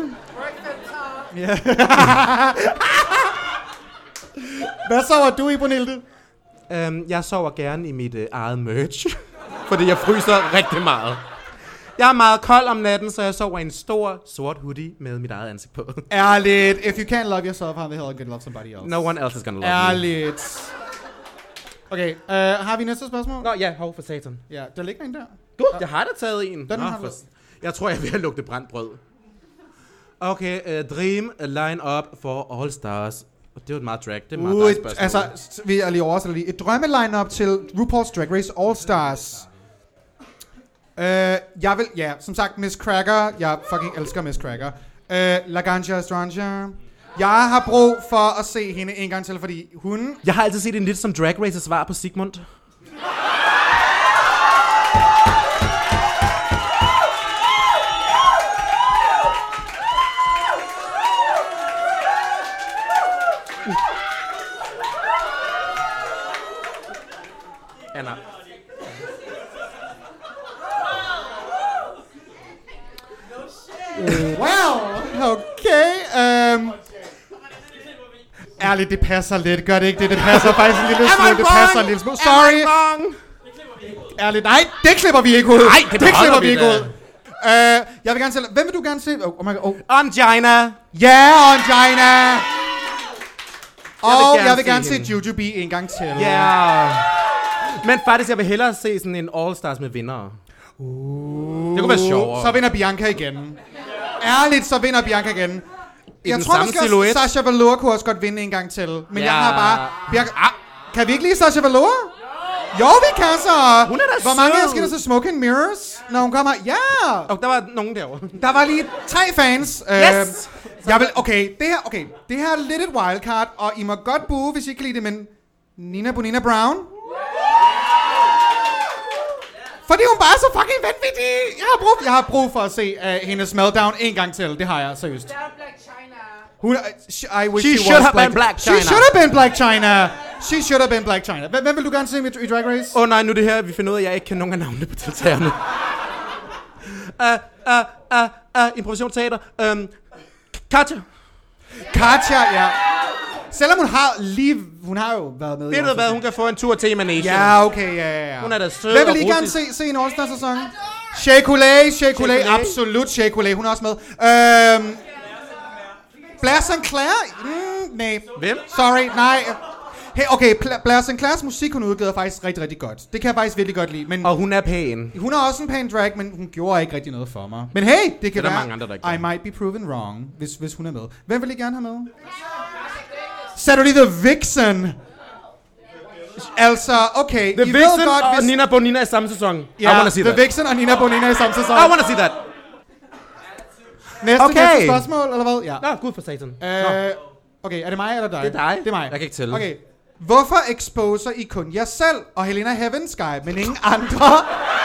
S2: Hvad sover du i, Brunhilde?
S3: Jeg sover gerne i mit eget merch. Fordi jeg fryser rigtig meget. Jeg er meget kold om natten, så jeg sover i en stor, sort hoodie med mit eget ansigt på.
S2: Ærligt. If you can't love yourself, how the hell can you love somebody else?
S3: No one else is gonna love
S2: Ærligt. Okay, har vi næste spørgsmål?
S3: Nå ja, hov for satan.
S2: Ja, der ligger en der.
S3: Gud, jeg har da taget en.
S2: Den har du.
S3: Jeg tror, jeg er ved at lugte brændt brød. Okay, Dream Line-up for All Stars. Det er jo et meget drag. Det er meget dig spørgsmål.
S2: Altså, vi er lige oversætter lige. Et drømme-line-up til RuPaul's Drag Race All Stars. Jeg vil, som sagt, Miss Cracker. Jeg fucking elsker Miss Cracker. Laganja Estranja. Jeg har brug for at se hende en gang til, fordi hun...
S3: Jeg har altid set en lidt som Drag Race's svar på Sigmund. Anna.
S2: Well, okay. Ærligt, det passer lidt. Gør det ikke det? Det passer faktisk en lille smule. Det passer en lille smule. Sorry. Ærligt, nej, det klipper vi ikke ud.
S3: Nej, det
S2: klipper vi ikke ud. Jeg vil gerne se... Hvem vil du gerne se? Oh my god.
S3: Angina.
S2: Ja, Angina. Og jeg vil gerne se Jujubee en gang til.
S3: Ja. Men faktisk, jeg vil hellere se sådan en All Stars med vindere. Det kunne være sjovere.
S2: Så vinder Bianca igen. Ærligt, så vinder Bianca igen. Jeg tror måske
S3: silhouette.
S2: Sasha Velour kunne også godt vinde en gang til. Men jeg har bare... Bianca, kan vi ikke lide Sasha Velour? Jo, vi kan så.
S3: Hun er da
S2: hvor mange skal der se Smoke and Mirrors, når hun kommer? Ja.
S3: Og der var nogen derovre.
S2: Der var lige 3 fans.
S3: Yes.
S2: Jeg vil, det her er lidt et wildcard, og I må godt bue, hvis I ikke kan lide det, men Nina Bonina Brown. Fordi hun bare er så fucking vanvittig. Jeg har brug for at se hendes meltdown en gang til. Det har jeg, seriøst. I wish
S3: she should have been Black China.
S2: She should have been Black China. She should have been Black China. Hvem vil du gerne se i Drag Race?
S3: Nej, nu det her, vi finder ud af, at jeg ikke kan nogen af navnene på deltagerne. Improvisationsteater.
S2: Katja, ja. Selvom hun har jo været med.
S3: Ved du hvad, hun kan få en tur til Emanation.
S2: Ja, okay, ja.
S3: Hun er da sød.
S2: Hvem vil lige gerne se en All-Star-sæson? Shea Coulee, absolut Shea Coulee, hun er også med. Blair St. Clair? Nej.
S3: Hvem?
S2: Sorry, nej. Hey, okay, Blair St. Clairs musik, hun udgiver faktisk rigtig, rigtig godt. Det kan jeg faktisk virkelig godt lide. Men
S3: og hun er pæn.
S2: Hun er også en pæn drag, men hun gjorde ikke rigtig noget for mig. Men hey, det kan være,
S3: mange andre, der
S2: I might be proven wrong, hvis hun er med. Hvem vil I gerne have med? Saturday the Vixen. Altså, okay.
S3: The Vixen og Nina Bonina i samme sæson. I wanna see
S2: The
S3: that.
S2: Vixen og Nina Bonina i samme sæson.
S3: I wanna see that.
S2: Næste spørgsmål, eller hvad? Ja.
S3: Nå, gud for satan.
S2: Okay, er det mig eller dig?
S3: Det er dig.
S2: Det er mig.
S3: Jeg kan ikke tælle.
S2: Okay. Hvorfor exposer I kun jer selv og Helena Heavensky, men ingen andre?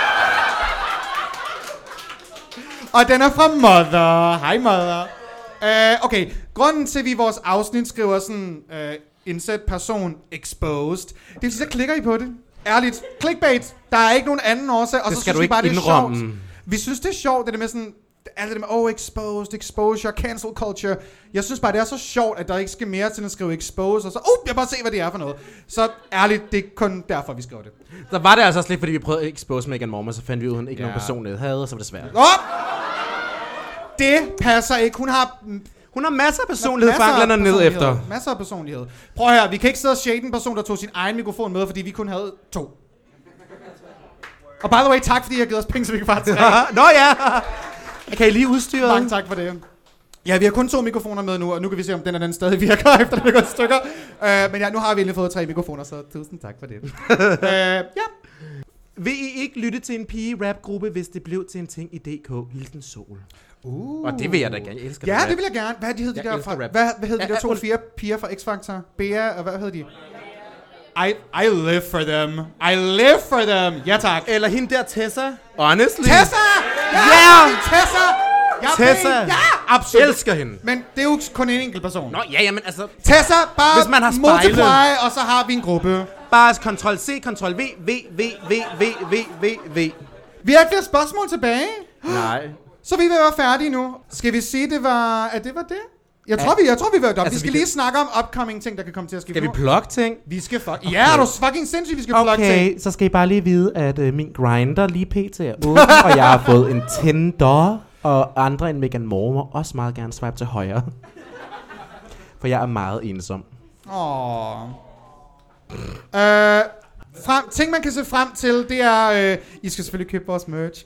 S2: Og den er fra Mother. Hej Mother. Okay, grunden til, at vi i vores afsnit skriver sådan, indsæt person exposed, det vil sige, så klikker I på det. Ærligt. Clickbait. Der er ikke nogen anden årsag. Og
S3: det
S2: så
S3: skal
S2: synes
S3: du
S2: vi
S3: ikke
S2: bare, det er
S3: indrømme.
S2: sjovt. Vi synes, det er sjovt, det med sådan... alt det med, exposed, exposure, cancel culture. Jeg synes bare, det er så sjovt, at der ikke skal mere til at skrive expose, og så, jeg bare se, hvad det er for noget. Så ærligt, det er kun derfor, vi skriver det.
S3: Så var det altså også lidt, fordi vi prøvede at expose Meghan Markle, så fandt vi ud af, hun ikke nogen personlighed havde, så var det svært.
S2: Det passer ikke. Hun har
S3: masser af personlighed, fanglerne ned efter.
S2: Masser af personlighed. Prøv her, vi kan ikke sidde og shade en person, der tog sin egen mikrofon med, fordi vi kun havde 2. Og by the way, tak fordi I har givet os penge, så vi kan bare 3.
S3: Nå ja! Kan I lige udstyre?
S2: Mange tak for det. Ja, vi har kun 2 mikrofoner med nu, og nu kan vi se, om den stadig virker, efter den er gået i stykker. Men ja, nu har vi endelig fået 3 mikrofoner, så tusind tak for det. Ja.
S3: Vil I ikke lytte til en pige-rap-gruppe, hvis det blev til en ting i DK? Hilsen Sol. Og det vil jeg da gerne. Jeg elsker
S2: ja,
S3: det
S2: det vil jeg gerne. Hvad hed de der fra? Hvad hed de der 2 4 piger fra X-Factor? Bea, og hvad hed de? I live for them. I live for them. Ja, tak.
S3: Eller hende der Tessa. Honestly.
S2: Tessa!
S3: Ja!
S2: Tessa!
S3: Tessa!
S2: Ja, absolut.
S3: Elsker hende.
S2: Men det er jo kun en enkelt person.
S3: Nå, ja, men altså...
S2: Tessa, bare
S3: hvis man har spejlet,
S2: multiply, og så har vi en gruppe.
S3: Bare Ctrl-C, Ctrl-V, V.
S2: Vi har ikke flere spørgsmål tilbage.
S3: Nej.
S2: Så vi vil være færdige nu. Skal vi sige, det var det? Jeg tror, vi vil være vi skal lige snakke om upcoming ting, der kan komme til at ske.
S3: Skal vi plukke ting?
S2: Vi skal Ja, er du fucking sindssygt, vi skal plukke ting.
S3: Okay, så skal I bare lige vide, at min grinder lige pt. er åben, og jeg har fået en Tinder, og andre end Meghan Moore må også meget gerne swipe til højre. For jeg er meget ensom.
S2: Ting, man kan se frem til, det er... I skal selvfølgelig købe vores merch.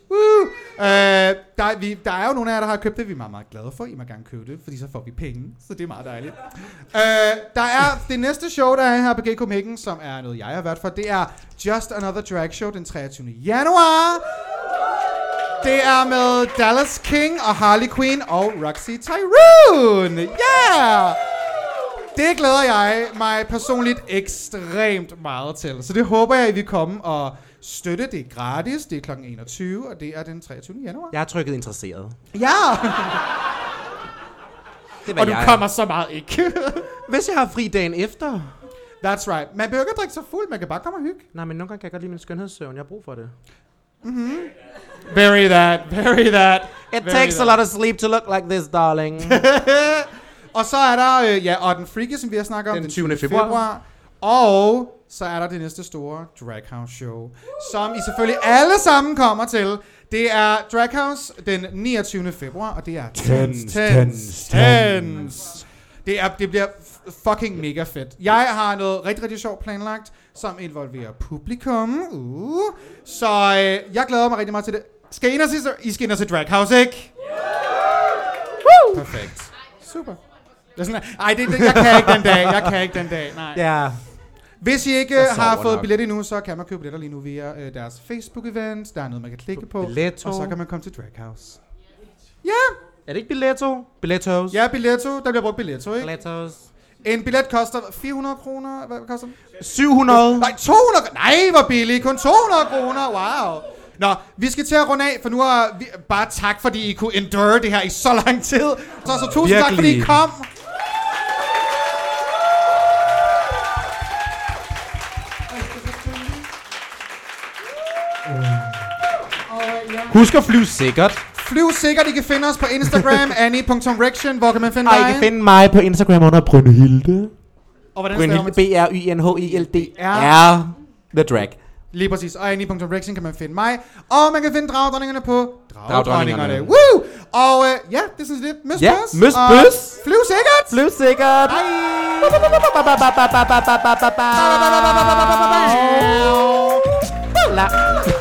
S2: Der er jo nogle af jer, der har købt det. Vi er meget, meget glade for. I må gerne købe det, fordi så får vi penge. Så det er meget dejligt. Der er det næste show, der er her på Gay Copenhagen, som er noget, jeg har været for. Det er Just Another Drag Show den 23. januar. Det er med Dallas King og Harley Quinn og Roxy Tyrone. Yeah! Det glæder jeg mig personligt ekstremt meget til. Så det håber jeg, I vil komme og støtte. Det er gratis. Det er kl. 21, og det er den 23. januar.
S3: Jeg har trykket interesseret.
S2: Ja! Og du kommer så meget ikke.
S3: Hvis jeg har fri dagen efter.
S2: That's right. Man behøver ikke drikke så fuld. Man kan bare komme og hygge.
S3: Nej, men nogle gange kan jeg godt lide min skønhedssøvn. Jeg har brug for det.
S2: Very that.
S3: It takes a lot of sleep to look like this, darling.
S2: Og så er der, og den freaky, som vi har snakket om,
S3: den 20. februar.
S2: Og så er der det næste store Drag House show, som I selvfølgelig alle sammen kommer til. Det er Drag House den 29. februar, og det er tense. Det bliver fucking mega fedt. Jeg har noget rigtig, rigtig sjovt planlagt, som involverer publikum. Så jeg glæder mig rigtig meget til det. Skal I ind og se, I skal ind og se Drag House, ikke? Perfekt. Super. Jeg kan ikke den dag. Nej.
S3: Ja.
S2: Hvis I ikke har fået billet endnu, så kan man købe billetter lige nu via deres Facebook-event. Der er noget, man kan klikke på.
S3: Billetto.
S2: Og så kan man komme til Drag House. Ja.
S3: Er det ikke Billetto? Billettos.
S2: Ja, Billetto. Der bliver brugt Billetto, ikke?
S3: Billettos.
S2: En billet koster 400 kroner. Hvad koster den?
S3: 700.
S2: Nej, 200. Nej, hvor billigt. Kun 200 kroner. Wow. Nå, vi skal til at runde af, for nu har vi bare tak, fordi I kunne endure det her i så lang tid. Så tusind tak, fordi I kom.
S3: Husk at flyve sikkert.
S2: Flyv sikkert. I kan finde os på Instagram, annie.rection. Hvor kan man finde dig?
S3: I kan finde mig på Instagram under Brynhilde.
S2: Og hvordan
S3: Brynhilde, BRYNHILDR. The Drag.
S2: Lige præcis. Og annie.rection kan man finde mig. Og man kan finde dragdronningerne på Dragdronningerne. Woo! Og ja, det er sådan lidt. Møs bøs.
S3: Møs bøs.
S2: Flyv sikkert.
S3: Flyv sikkert.
S2: Hej.